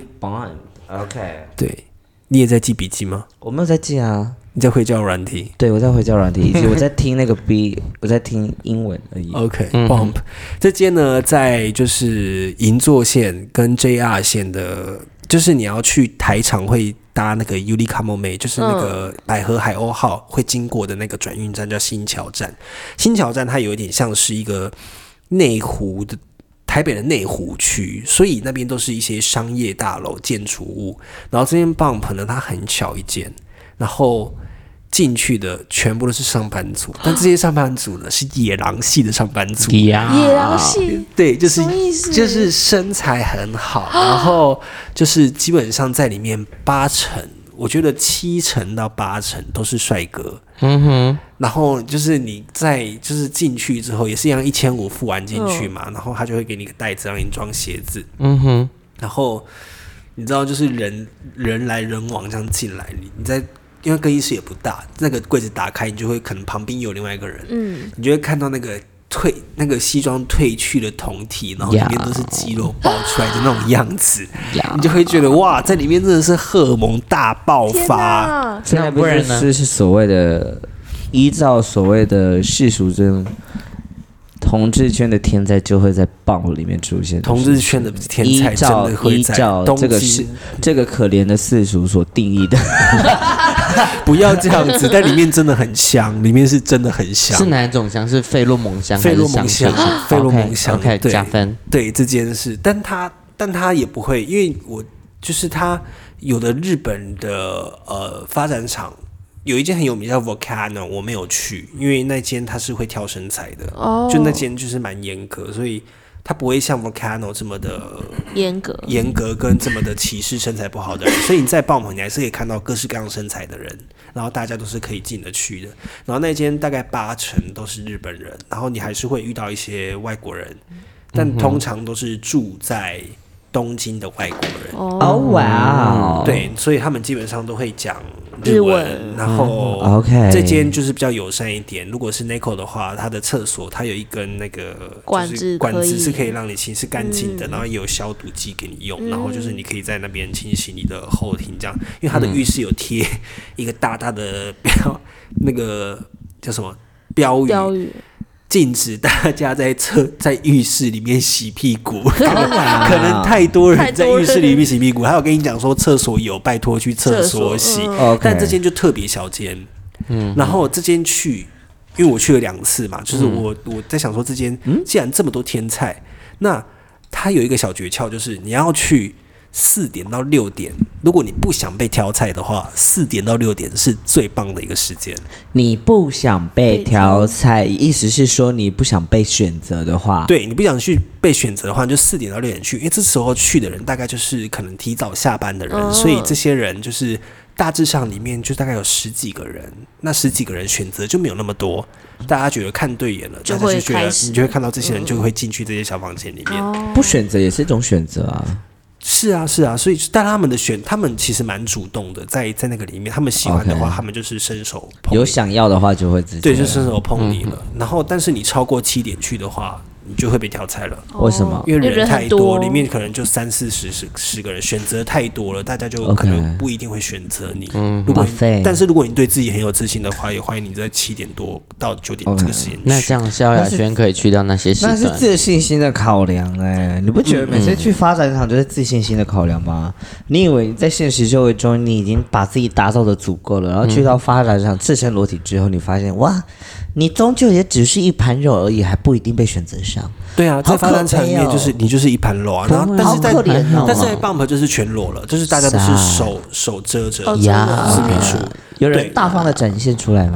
Bump，OK。 对，你也在记笔记吗？ 我没有在记啊。 你在会教软体？ 对，我在会教软体，以及我在听那个 B， 我在听英文而已。 OK，Bump、嗯、这间呢，在就是银座线跟 J R 线的，就是你要去台场会搭那个 Yurikamome， 就是那个百合海鸥号会经过的那个转运站，叫新桥站。新桥站它有一点像是一个内湖的。台北的内湖区，所以那边都是一些商业大楼、建筑物。然后这间 Bump 呢，它很小一间，然后进去的全部都是上班族，但这些上班族呢是野狼系的上班族。 野狼系， 对，就是就是身材很好，然后就是基本上在里面八成。我觉得七成到八成都是帅哥，嗯哼，然后就是你在就是进去之后也是一样，一千五付完进去嘛，嗯、然后他就会给你个袋子让你装鞋子，嗯哼，然后你知道就是人人来人往这样进来，你你在因为更衣室也不大，那个柜子打开，你就会可能旁边有另外一个人，嗯，你就会看到那个。褪那个西装褪去的胴体，然后里面都是肌肉爆出来的那种样子， yeah. 你就会觉得哇，在里面真的是荷尔蒙大爆发。 现在不然呢？是是所谓的依照所谓的世俗中同志圈的天才就会在Bump里面出现。 同志圈的天才真的会在东京， 这个是这个可怜的世俗所定义的。 不要这样子，但里面真的很香，里面是真的很香。 是哪一种香？是费洛蒙香还是香水？ 费洛蒙香 ，OK， 对加分。 对这件事，但他但他也不会，因为我就是他有的日本的呃发展厂。有一间很有名叫 Volcano， 我没有去，因为那间它是会挑身材的，哦、就那间就是蛮严格，所以它不会像 Volcano 这么的严格， 严格跟这么的歧视身材不好的人。所以你在Bump你还是可以看到各式各样身材的人，然后大家都是可以进得去的。然后那间大概八成都是日本人，然后你还是会遇到一些外国人，但通常都是住在东京的外国人。 哦哇， 对，所以他们基本上都会讲。日文，然后、 嗯、OK， 这间就是比较友善一点。如果是 Neko 的话，它的厕所它有一根那个管子， 管子是可以让你清是干净的，嗯、然后也有消毒剂给你用，嗯、然后就是你可以在那边清洗你的后庭这样。因为它的浴室有贴一个大大的标，那个叫什么标语？标语。禁止大家在厕在浴室里面洗屁股，可能可能太多人在浴室里面洗屁股。还有跟你讲说厕所有，拜托去厕所洗。嗯、但这间就特别小间，嗯，然后这间去，因为我去了两次嘛，就是我、嗯、我在想说这间既然这么多天菜，那它有一个小诀窍，就是你要去。四点到六点，如果你不想被挑菜的话，四点到六点是最棒的一个时间。 你不想被挑菜，意思是说你不想被选择的话， 对你不想去被选择的话，就四点到六点去，因为这时候去的人大概就是可能提早下班的人，哦、所以这些人就是大致上里面就大概有十几个人，那十几个人选择就没有那么多。大家觉得看对眼了，大家就觉得你就会看到这些人就会进去这些小房间里面。 哦、不选择也是一种选择啊。 是啊，是啊，所以但他们的选，他们其实蛮主动的，在在那个里面，他们喜欢的话， okay. 他们就是伸手碰你， 有想要的话就会直接对，就伸手碰你了。嗯、然后，但是你超过七点去的话，你就会被挑菜了。 为什么？ 因为人太多，里面可能就三四十十十个人，选择太多了，大家就可能不一定会选择你。嗯，如果你但是如果你对自己很有自信的话，也欢迎你在七点多到九点这个时间去。 那这样萧亚轩可以去掉那些时段， 那是自信心的考量哎、欸，你不觉得每次去发展场就是自信心的考量吗？嗯、你以为你在现实社会中你已经把自己打造的足够了，然后去到发展场赤身裸体之后，你发现哇，你终究也只是一盘肉而已，还不一定被选择上。 对啊，在发展场里面就是、哦、你就是一盘肉啊，然后但是在、 哦、 但是在 Bump 就是全裸了，就是大家都是手手遮着， 呀， 是没错。 有人大方的展现出来吗？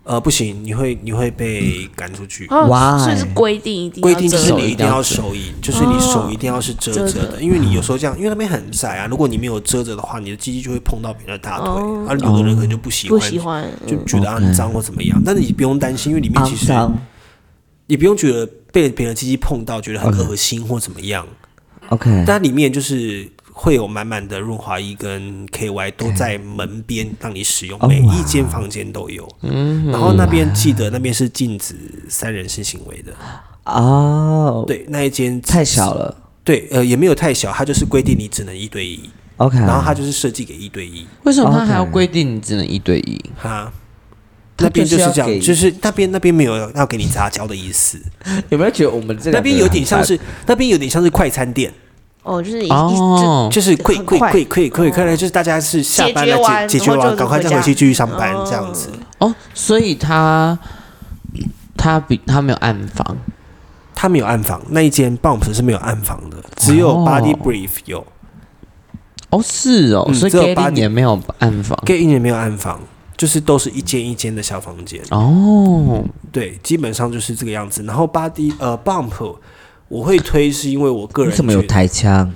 呃，不行，你会你会被赶出去。 哦， Why？ 所以是规定一定要规定就是遮你一定要手淫，就是你手一定要是遮着遮的，因为你有时候这样，因为那边很窄啊，如果你没有遮着的话，你的鸡鸡就会碰到别人的大腿， 哦而有的人可能就不喜欢， 不喜欢， 就觉得肮脏或怎么样。但是你不用担心，因为里面其实你不用觉得被别人的鸡鸡碰到觉得很恶心或怎么样。 OK， 但里面就是会有满满的润滑液跟 K Y 都在门边让你使用，每一间房间都有。然后那边记得那边是禁止三人性行为的。 哦， 对，那一间太小了。 对，呃，也没有太小，它就是规定你只能一对一。 OK， 然后它就是设计给一对一。 为什么他还要规定你只能一对一？ 哈。那边就是这样，就是那边那边没有要给你杂交的意思。 有没有觉得我们这那边有点像是那边有点像是快餐店？ 哦，就是一哦， 就是快快快快快快来，就是大家是下班了解解决完，赶快再回去继续上班这样子。 哦，所以他他比他没有暗房， 他没有暗房，那一间 Bump 是没有暗房的，只有 Body Brief 有。 哦，是哦， 嗯、 所以 Gay 也没有暗房 ，Gay 也没有暗房。就是都是一间一间的小房间哦， 对，基本上就是这个样子。然后 body 呃 bump 我会推是因为我个人你怎么有台腔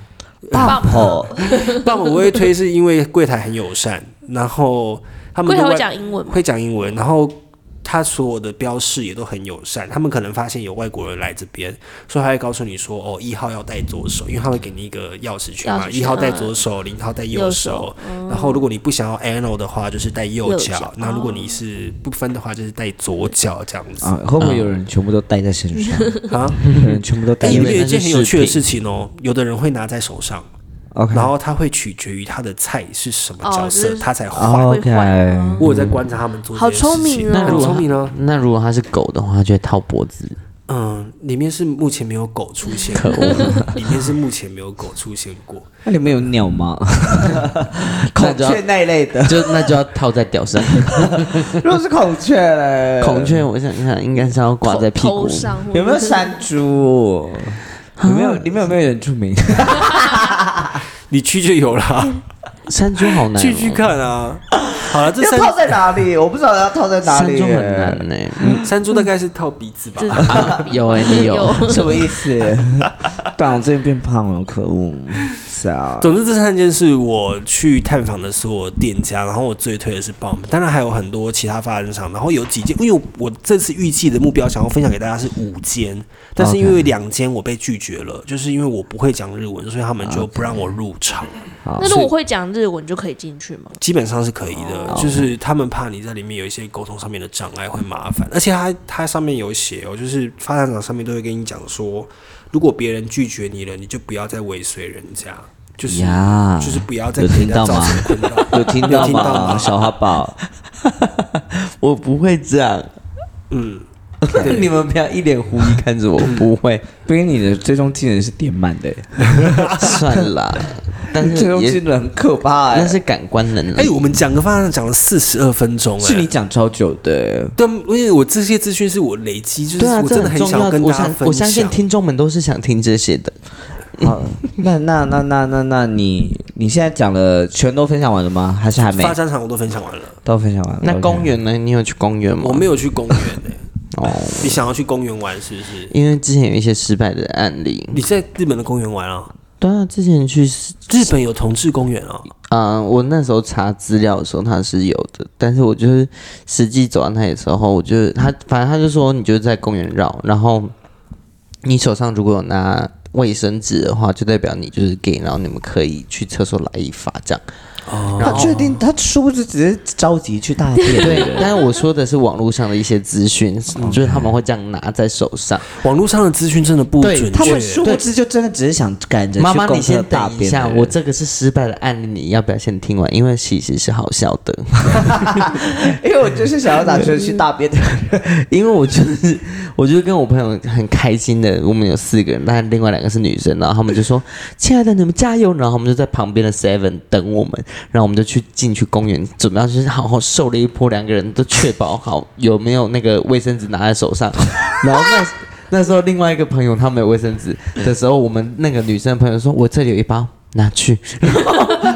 bump bump 我会推是因为柜台很友善，然后他们柜台会讲英文吗？ 会讲英文，然后他所有的标示也都很友善。他们可能发现有外国人来这边，所以他会告诉你说哦，一号要带左手，因为他会给你一个钥匙圈嘛，一号带左手，零号带右手。嗯、然后如果你不想要 anal 的话，就是带右脚；那如果你是不分的话，就是带左脚这样子。 啊，会不会有人全部都带在身上啊？有人全部都带。 因为有一件很有趣的事情哦，有的人会拿在手上。 Okay. 然后他会取决于他的菜是什么角色，哦、他才换。 Oh, okay. 我有在观察他们做这件事情， 好聪明哦， 很聪明哦。 那如果他是狗的话，他就会套脖子。 嗯，里面是目前没有狗出现， 可恶， 里面是目前没有狗出现过。 那里面有鸟吗？孔雀那一类的， 就那就要套在屌上。 如果是孔雀嘞， 孔雀我想想应该是要挂在屁股上。 有没有山猪？有没有？里面有没有原住民？ 你去就有啦。 山猪好难、哦， 去去看啊。好了，这山要套在哪里？我不知道要套在哪里。 山猪很难呢、欸嗯，山猪大概是套鼻子吧。 啊、有哎、欸，你有什么意思？对啊，我最近变胖了，可恶。是啊。 总之，这三件是我去探访的所有店家，然后我最推的是 Bump， 当然还有很多其他发展商，然后有几间，因为我这次预计的目标想要分享给大家是五间，但是因为两间我被拒绝了，就是因为我不会讲日文，所以他们就不让我入场。 那如果会讲日文就可以进去吗？ 基本上是可以的，哦、就是他们怕你在里面有一些沟通上面的障碍会麻烦，而且它它上面有写哦，就是发展场上面都会跟你讲说，如果别人拒绝你了，你就不要再尾随人家，就是就是不要再给人家造成困扰。 有听到吗？小花宝， 我不会这样， 嗯。 你们不要一脸狐疑看着我，不会。 毕竟你的最终技能是点满的， 算啦。但是最终技能很可怕哎， 那是感官能力。 哎、欸，我们讲个方案讲了四十二分钟，哎， 是你讲超久的。 对，因为我这些资讯是我累积，就是我真的很想跟大家分享。 我相信听众们都是想听这些的。 好，那那那那那那你你现在讲了全都分享完了吗？还是还没？ 发展场我都分享完了， 都分享完了。 那公园呢？你有去公园吗？ 我没有去公园诶、欸。 哦， 你想要去公园玩是不是？ 因为之前有一些失败的案例。 你在日本的公园玩啊？ 对啊，之前去日本有同志公园啊。 嗯、呃，我那时候查资料的时候它是有的，但是我就是实际走到那里的时候，我就他反正他就说你就在公园绕，然后你手上如果有拿卫生纸的话，就代表你就是 gay， 然后你们可以去厕所来一发这样。 哦， 他确定他殊不知只是着急去大便。 对，但是我说的是网络上的一些资讯，就是他们会这样拿在手上。 网络上的资讯真的不准确， 他们殊不知就真的只是想赶着去妈妈，你先大便。 等一下，我这个是失败的案例，你要不要先听完？因为其实是好笑的。 因为我就是想要拿出去大便的， 因为我就是我就是跟我朋友很开心的，我们有四个人，但另外两个是女生，然后他们就说：“亲爱的，你们加油！”然后我们就在旁边的 Seven 等我们。然后我们就去进去公园，准备要就是好好瘦了一波，两个人都确保好有没有那个卫生纸拿在手上。然后那那时候另外一个朋友他没有卫生纸的时候，我们那个女生的朋友说：“我这里有一包，拿去。”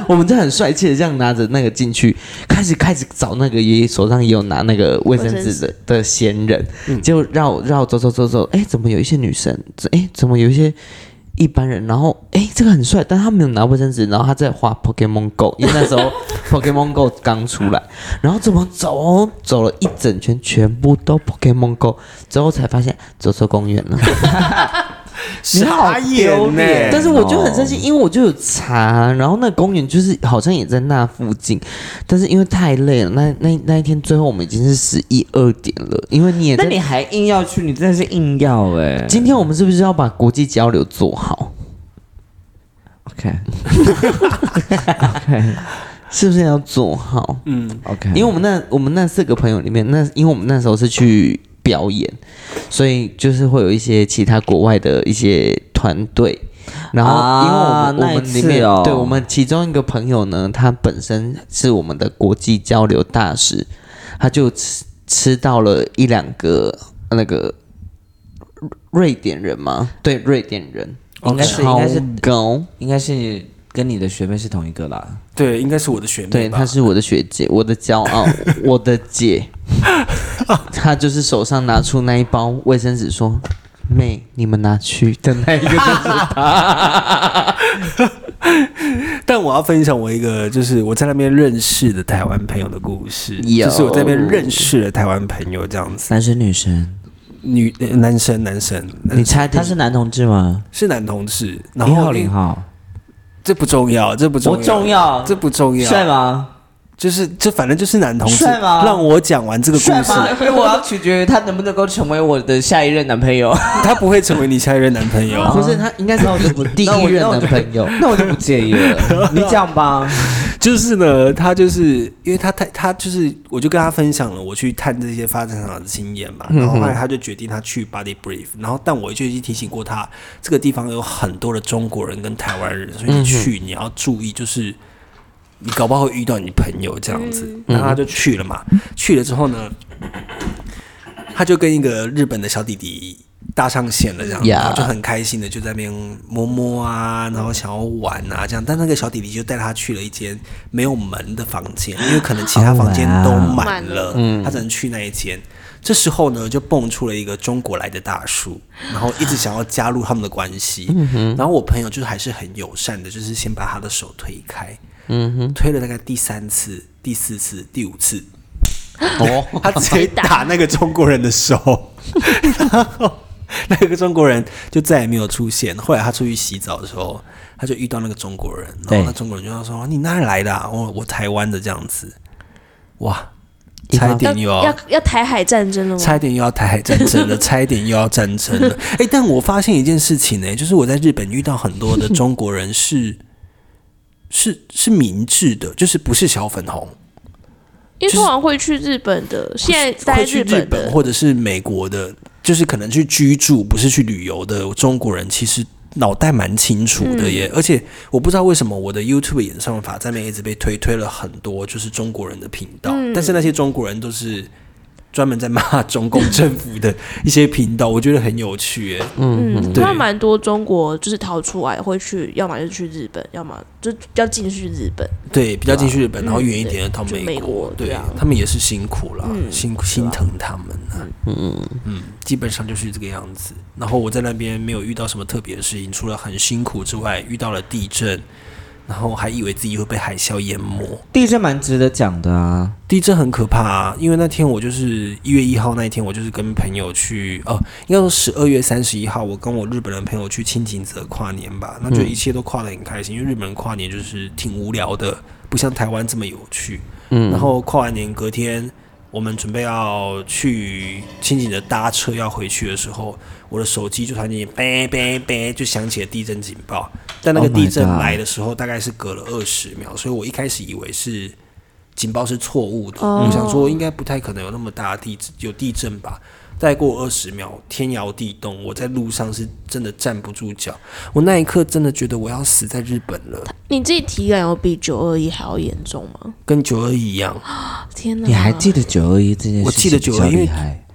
我们就很帅气的这样拿着那个进去，开始开始找那个也手上也有拿那个卫生纸的的闲人，嗯、结果绕绕走走走走，哎，怎么有一些女生？哎，怎么有一些一般人？然后哎，这个很帅，但他没有拿卫生纸，然后他在画 Pokemon Go， 因为那时候 Pokemon Go 刚出来，然后怎么走走了一整圈，全部都 Pokemon Go， 之后才发现走错公园了。 你好丢脸！ 但是我就很生气，因为我就有查，然后那公园就是好像也在那附近，但是因为太累了，那那那一天最后我们已经是十一二点了，因为你也在， 那你还硬要去，你真的是硬要哎、欸！ 今天我们是不是要把国际交流做好 ？OK OK， 是不是要做好？ 嗯 OK， 因为我们那我们那四个朋友里面，那因为我们那时候是去表演，所以就是会有一些其他国外的一些团队，然后因为我们、 啊、 我们里面、 哦、 对我们其中一个朋友呢，他本身是我们的国际交流大使，他就吃吃到了一两个那个瑞典人吗？对，瑞典人应该是应该是高， 应该是跟你的学妹是同一个啦。 对，应该是我的学妹吧。 对，她是我的学姐，我的骄傲，我的姐。她就是手上拿出那一包卫生纸，说：“妹，你们拿去的那一个就是她。” 但我要分享我一个，就是我在那边认识的台湾朋友的故事，就是我在那边认识的台湾朋友这样子。 男生女生？ 女男生男生。 你猜他是男同志吗？ 是男同志。然后零号零号。 这不重要，这不重要， 不重要， 这不重要。 帅吗？ 就是这反正就是男同志。 帅吗？ 让我讲完这个故事。 因为我要取决于他能不能够成为我的下一任男朋友。 他不会成为你下一任男朋友。 不是，他应该是我第一任男朋友。 那我就不介意了。你讲吧。 就是呢，他就是因为他太他就是，我就跟他分享了我去探这些发展场的经验嘛，然后后来他就决定他去 Body Brief， 然后但我就已经提醒过他，这个地方有很多的中国人跟台湾人，所以你去你要注意，就是你搞不好会遇到你朋友这样子，然后他就去了嘛，去了之后呢，他就跟一个日本的小弟弟搭上线了，这样， yeah. 然后就很开心的就在那边摸摸啊，然后想要玩啊，这样。但那个小弟弟就带他去了一间没有门的房间，因为可能其他房间都满了， oh, 他只能去那一间。这时候呢，就蹦出了一个中国来的大叔，然后一直想要加入他们的关系。然后我朋友就是还是很友善的，就是先把他的手推开，推了大概第三次、第四次、第五次，哦，他直接打那个中国人的手，然后。那个中国人就再也没有出现。后来他出去洗澡的时候，他就遇到那个中国人，然后那中国人就要说：“你哪里来的、啊？我我台湾的这样子。”哇，差一点又要要要台海战争了吗？ 差一点又要台海战争了，差一点又要战争了。哎、欸，但我发现一件事情呢、欸，就是我在日本遇到很多的中国人是是是明智的，就是不是小粉红。 因为通常会去日本的，现在在日本的， 日本或者是美国的，就是可能去居住，不是去旅游的中国人，其实脑袋蛮清楚的耶。嗯、而且我不知道为什么我的 YouTube 演算法在那边一直被推推了很多就是中国人的频道、嗯，但是那些中国人都是专门在骂中共政府的一些频道，我觉得很有趣耶。 嗯，他蛮多中国就是逃出来会去，要么就去日本，要么就比较近去日本。 对，比较近去日本，然后远一点的到美国。 嗯、美国对、 啊， 他们也是辛苦了， 嗯、 辛心疼他们啊。嗯嗯，基本上就是这个样子。然后我在那边没有遇到什么特别的事情，除了很辛苦之外，遇到了地震。然后还以为自己会被海啸淹没， 地震蛮值得讲的啊， 地震很可怕啊，因为那天我就是一月一号那一天，我就是跟朋友去，哦，应该说十二月三十一号，我跟我日本人朋友去清景泽跨年吧，那就一切都跨得很开心，因为日本人跨年就是挺无聊的，不像台湾这么有趣。嗯，然后跨完年隔天，我们准备要去清景泽搭车要回去的时候，我的手机就突然间哔哔哔就响起了地震警报。但那个地震来的时候，大概是隔了二十秒， oh、所以我一开始以为是警报是错误的， oh. 我想说应该不太可能有那么大的地震，有地震吧。再过二十秒，天摇地动，我在路上是真的站不住脚，我那一刻真的觉得我要死在日本了。 你自己体感有比九二一还要严重吗？ 跟九二一一样。 天哪！ 你还记得九二一这件事情？ 我记得九二一，因为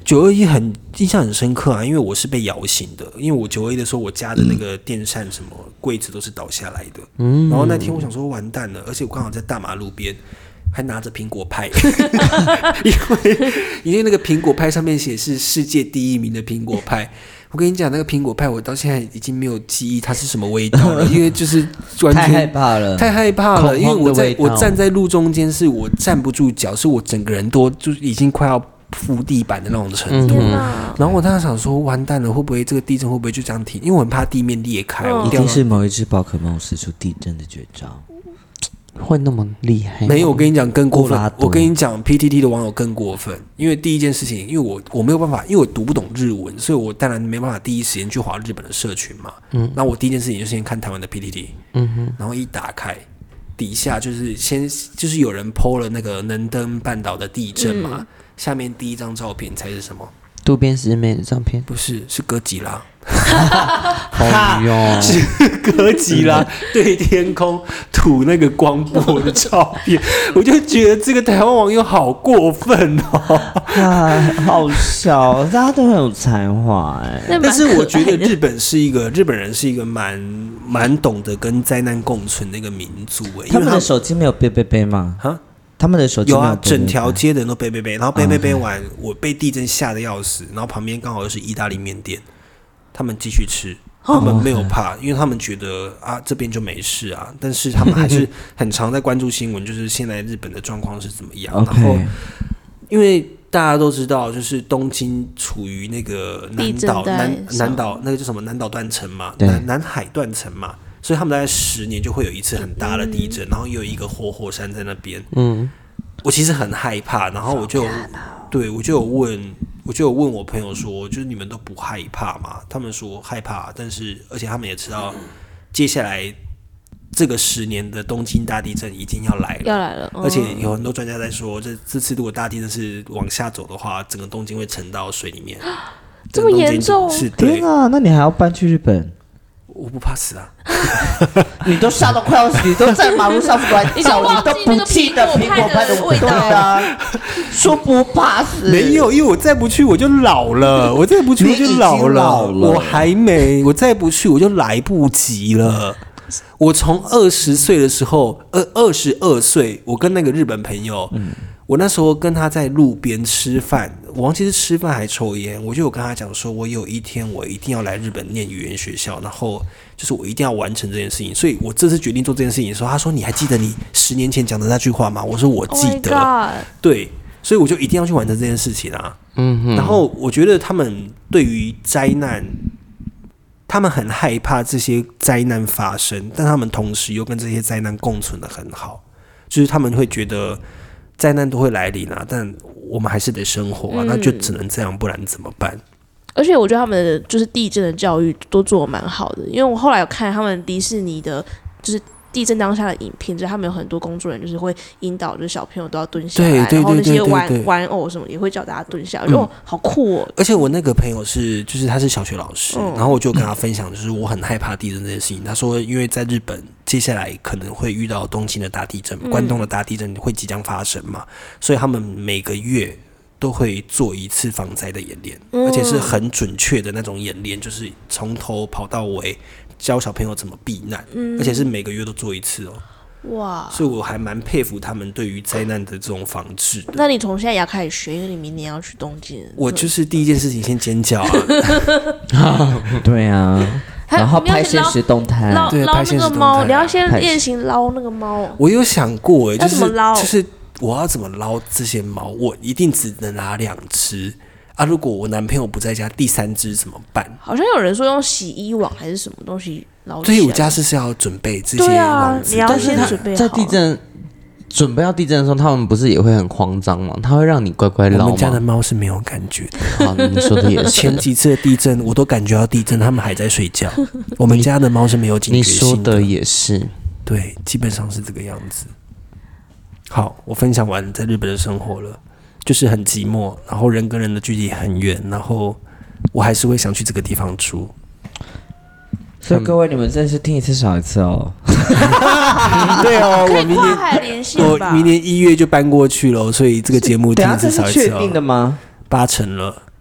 九二一很印象很深刻啊，因为我是被摇醒的，因为我九二一的时候，我家的那个电扇什么柜子都是倒下来的，嗯，然后那天我想说完蛋了，而且我刚好在大马路边，还拿着苹果派，因为因为那个苹果派上面写是世界第一名的苹果派。我跟你讲，那个苹果派我到现在已经没有记忆它是什么味道了，因为就是完全太害怕了， 太害怕了。因为我在我站在路中间，是我站不住脚，是我整个人都就已经快要铺地板的那种程度。嗯、然后我当时想说，完蛋了，会不会这个地震会不会就这样停？因为我很怕地面裂开。嗯、 一定是某一只宝可梦使出地震的绝招。 会那么厉害？ 没有，我跟你讲更过分。我跟你讲 ，P T T 的网友更过分，因为第一件事情，因为我我没有办法，因为我读不懂日文，所以我当然没办法第一时间去滑日本的社群嘛。嗯，那我第一件事情就先看台湾的 P T T， 嗯哼，然后一打开，底下就是先就是有人 po 了那个能登半岛的地震嘛，嗯、下面第一张照片才是什么？ 渡边直美的照片？ 不是，是哥吉拉。 好哟， 是哥吉拉对天空吐那个光波的照片，我就觉得这个台湾网友好过分哦， 啊，好笑，大家都很有才华哎。 但是我觉得日本是一个日本人是一个蛮蛮懂得跟灾难共存的一个民族哎。 他们的手机没有背背背吗？哈？他们的手机有啊，整条街的人都背背背，然后背背背完，我被地震吓得要死，然后旁边刚好又是意大利面店，他们继续吃，他们没有怕，因为他们觉得啊这边就没事啊，但是他们还是很常在关注新闻，就是现在日本的状况是怎么样。然后因为大家都知道，就是东京处于那个南岛南南岛那个叫什么南岛断层嘛，南南海断层嘛。所以他们大概十年就会有一次很大的地震，嗯、然后又有一个活火山在那边。嗯，我其实很害怕，然后我就对我就有问，我就有问我朋友说，就是你们都不害怕吗？他们说害怕，但是而且他们也知道，接下来这个十年的东京大地震已经要来了， 要来了。嗯、 而且有很多专家在说，这这次如果大地震是往下走的话，整个东京会沉到水里面。 这么严重？ 是， 天啊！那你还要搬去日本？ 我不怕死啊！ 你都吓到快要死，你都在马路上拐角，你都不记得苹果派的味道啊！说不怕死， 没有，因为我再不去我就老了，我再不去我就老了，我还没，我再不去我就来不及了。我从二十岁的时候，二二十二岁，我跟那个日本朋友，嗯、我那时候跟他在路边吃饭，我忘记是吃饭还抽烟，我就有跟他讲说，我有一天我一定要来日本念语言学校，然后就是我一定要完成这件事情。所以我这次决定做这件事情的时候，他说：“你还记得你十年前讲的那句话吗？”我说：“我记得。Oh ” 对，所以我就一定要去完成这件事情啊。嗯哼。然后我觉得他们对于灾难。他们很害怕这些灾难发生，但他们同时又跟这些灾难共存得很好，就是他们会觉得灾难都会来临啊，但我们还是得生活啊，嗯、那就只能这样，不然怎么办？ 而且我觉得他们的就是地震的教育都做得蛮好的，因为我后来有看他们迪士尼的，就是地震当下的影片，就是他们有很多工作人员就是会引导，就是小朋友都要蹲下来，然后那些玩玩偶什么也会叫大家蹲下来，嗯、哦，好酷哦！ 而且我那个朋友是，就是他是小学老师，嗯、然后我就跟他分享，就是我很害怕地震这件事情。他说，因为在日本接下来可能会遇到东京的大地震、嗯、关东的大地震会即将发生嘛，所以他们每个月都会做一次防灾的演练，嗯、而且是很准确的那种演练，就是从头跑到尾。教小朋友怎么避难，嗯、而且是每个月都做一次哦。哇！所以我还蛮佩服他们对于灾难的这种防治的。 那你从现在也要开始学，因为你明年要去东京。 我就是第一件事情先尖叫啊！ 对啊，然后拍现实动态， 捞捞那个猫，你要先练习捞那个猫。 我有想过哎，就是要怎么捞？ 就是我要怎么捞这些猫？我一定只能拿两只。啊！如果我男朋友不在家，第三只怎么办？ 好像有人说用洗衣网还是什么东西捞起来。 所以我家是是要准备这些网子， 对啊，你要先准备好。 在地震准备要地震的时候，他们不是也会很慌张吗？他会让你乖乖捞吗？ 我们家的猫是没有感觉的。 好，你说的也是。 前几次的地震，我都感觉到地震，他们还在睡觉。我们家的猫是没有警觉性的。 你说的也是， 对，基本上是这个样子。好，我分享完在日本的生活了。就是很寂寞，然后人跟人的距离很远，然后我还是会想去这个地方住。 所以各位，你们真是听一次少一次哦。 对哦，我明年我明年一月就搬过去了，所以这个节目听一次少一次哦。 确定的吗？ 八成了。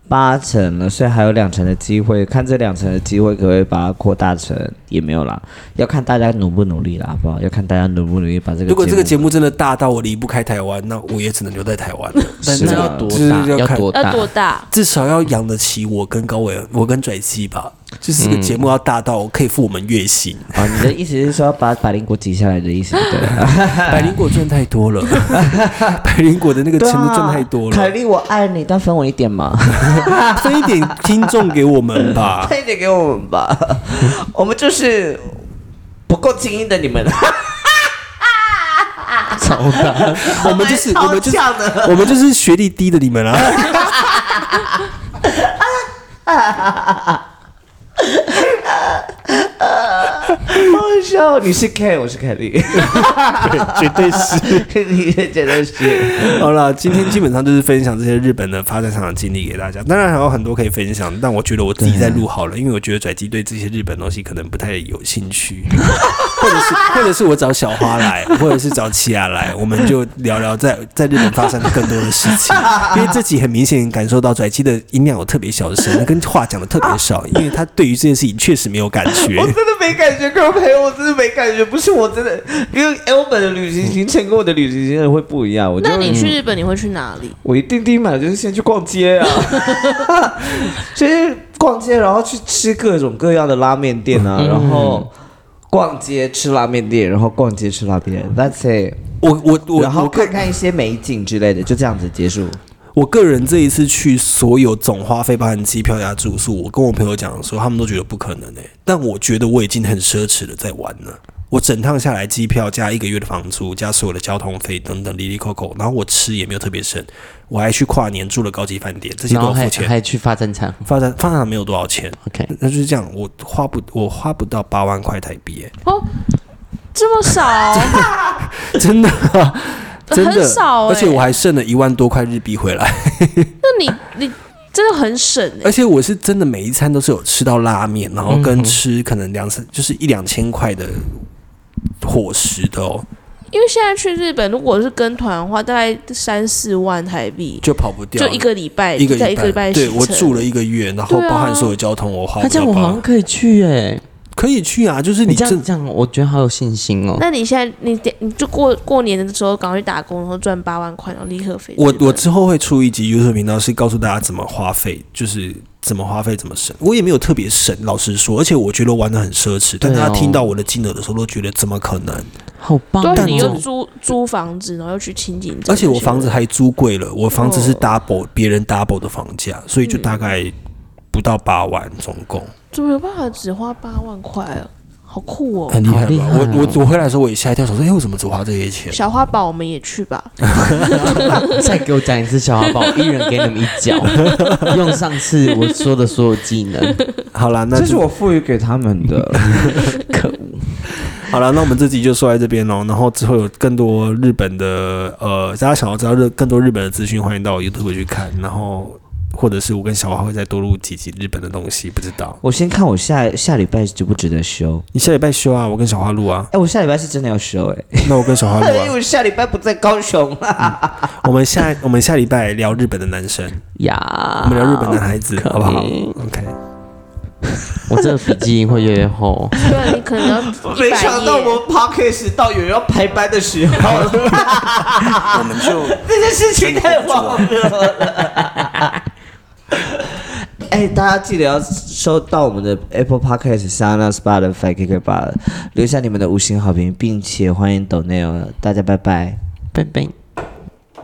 八成了，所以还有两成的机会，看这两成的机会可不可以把它扩大成也没有啦，要看大家努不努力啦，好不好？要看大家努不努力把这个。 如果这个节目真的大到我离不开台湾，那我也只能留在台湾了。但是要多大？ 要多大？ 要多大？ 至少要养得起我跟高伟，我跟拽鸡吧。就是这个节目要大到可以付我们月薪啊、嗯哦！你的意思是说要把百灵果挤下来的意思对？ 百灵果赚太多了，百灵果的那个钱都赚太多了。 凯莉，我爱你，但分我一点嘛， 分一点听众给我们吧， 分一点给我们吧，我们就是不够精英的你们。 超大， 我们就是我们就是我们就是学历低的你们啊。 好笑！你是 K， 我是凯莉， 绝对是， 你绝对是。 好了，今天基本上就是分享这些日本的发展场的经历给大家。当然还有很多可以分享，但我觉得我自己在录好了，因为我觉得拽鸡对这些日本东西可能不太有兴趣，或者是或者是我找小花来，或者是找奇亚来，我们就聊聊在在日本发生的更多的事情。因为这集很明显感受到拽鸡的音量有特别小声，跟话讲的特别少，因为他对于这件事情确实没有感觉。 我真的没感觉，各位朋友，我真的没感觉。不是我真的，因为 L 本的旅行行程跟我的旅行行程会不一样。我那你去日本你会去哪里？ 我一定第一买就是先去逛街啊，就是逛街，然后去吃各种各样的拉面店啊，然后逛街吃拉面店，然后逛街吃拉面。That's it。 我我我， 然后看看一些美景之类的，就这样子结束。 我个人这一次去，所有总花费包含机票加住宿，我跟我朋友讲的时候，他们都觉得不可能诶、欸。但我觉得我已经很奢侈的在玩了。我整趟下来，机票加一个月的房租，加所有的交通费等等，里里扣扣，然后我吃也没有特别省，我还去跨年住了高级饭店，这些都要付钱。 还去发展场， 发展发展场没有多少钱。 OK， 那就是这样，我花不我花不到八万块台币、欸， 哦，这么少， 真的、啊。真的很少、欸， 而且我还剩了一万多块日币回来。 那你你真的很省哎、欸！ 而且我是真的每一餐都是有吃到拉面，然后跟吃可能两三就是一两千块的伙食的哦。 因为现在去日本，如果是跟团的话，大概三四万台币就跑不掉， 就一个礼拜， 一个礼拜， 一个礼拜对我住了一个月，然后包含所有交通，我花不到。 那这样我好像可以去哎、欸。 可以去啊，就是你这样这样，我觉得好有信心哦。 那你现在你你就过过年的时候赶快去打工，然后赚八万块，然后立刻飞。 我我之后会出一集 YouTube 频道，是告诉大家怎么花费，就是怎么花费怎么省。我也没有特别省，老实说，而且我觉得玩得很奢侈。但大家听到我的金额的时候，都觉得怎么可能？ 好棒、哦！ 对，你又租租房子，然后又去清景， 而且我房子还租贵了，我房子是 double 别、哦、人 double 的房价，所以就大概不到八万总共。 怎么有办法只花八万块啊？好酷哦， 很厉害吧？ 害哦、 我我我回来的时候我也吓一跳，想说，哎、欸，我怎么只花这些钱？ 小花宝我们也去吧。 再给我讲一次小花宝，一人给你们一脚，用上次我说的所有技能。 好啦，那这是我赋予给他们的。 可恶。 好了，那我们这集就说在这边喽。然后之后有更多日本的呃，大家想要知道日更多日本的资讯，欢迎到我 YouTube 去看。然后。或者是我跟小花会再多录几集日本的东西，不知道。 我先看我下下礼拜值不值得休。 你下礼拜休啊？我跟小花录啊。 哎、欸，我下礼拜是真的要休哎、 欸。那我跟小花录啊。 因为我下礼拜不在高雄啦、 嗯。我们下我们下礼拜聊日本的男生呀， 我们聊日本男孩子，好不好 ？OK。 我这个笔记会越来越厚。 对，你可能要没想到我们 podcast 到有人要排班的时候， 我们就这件事情太荒谬了。哎、欸，大家记得要收到我们的 Apple Podcast、SoundCloud、Spotify， 可以把留下你们的五星好评，并且欢迎抖内哦。大家拜拜， 拜拜。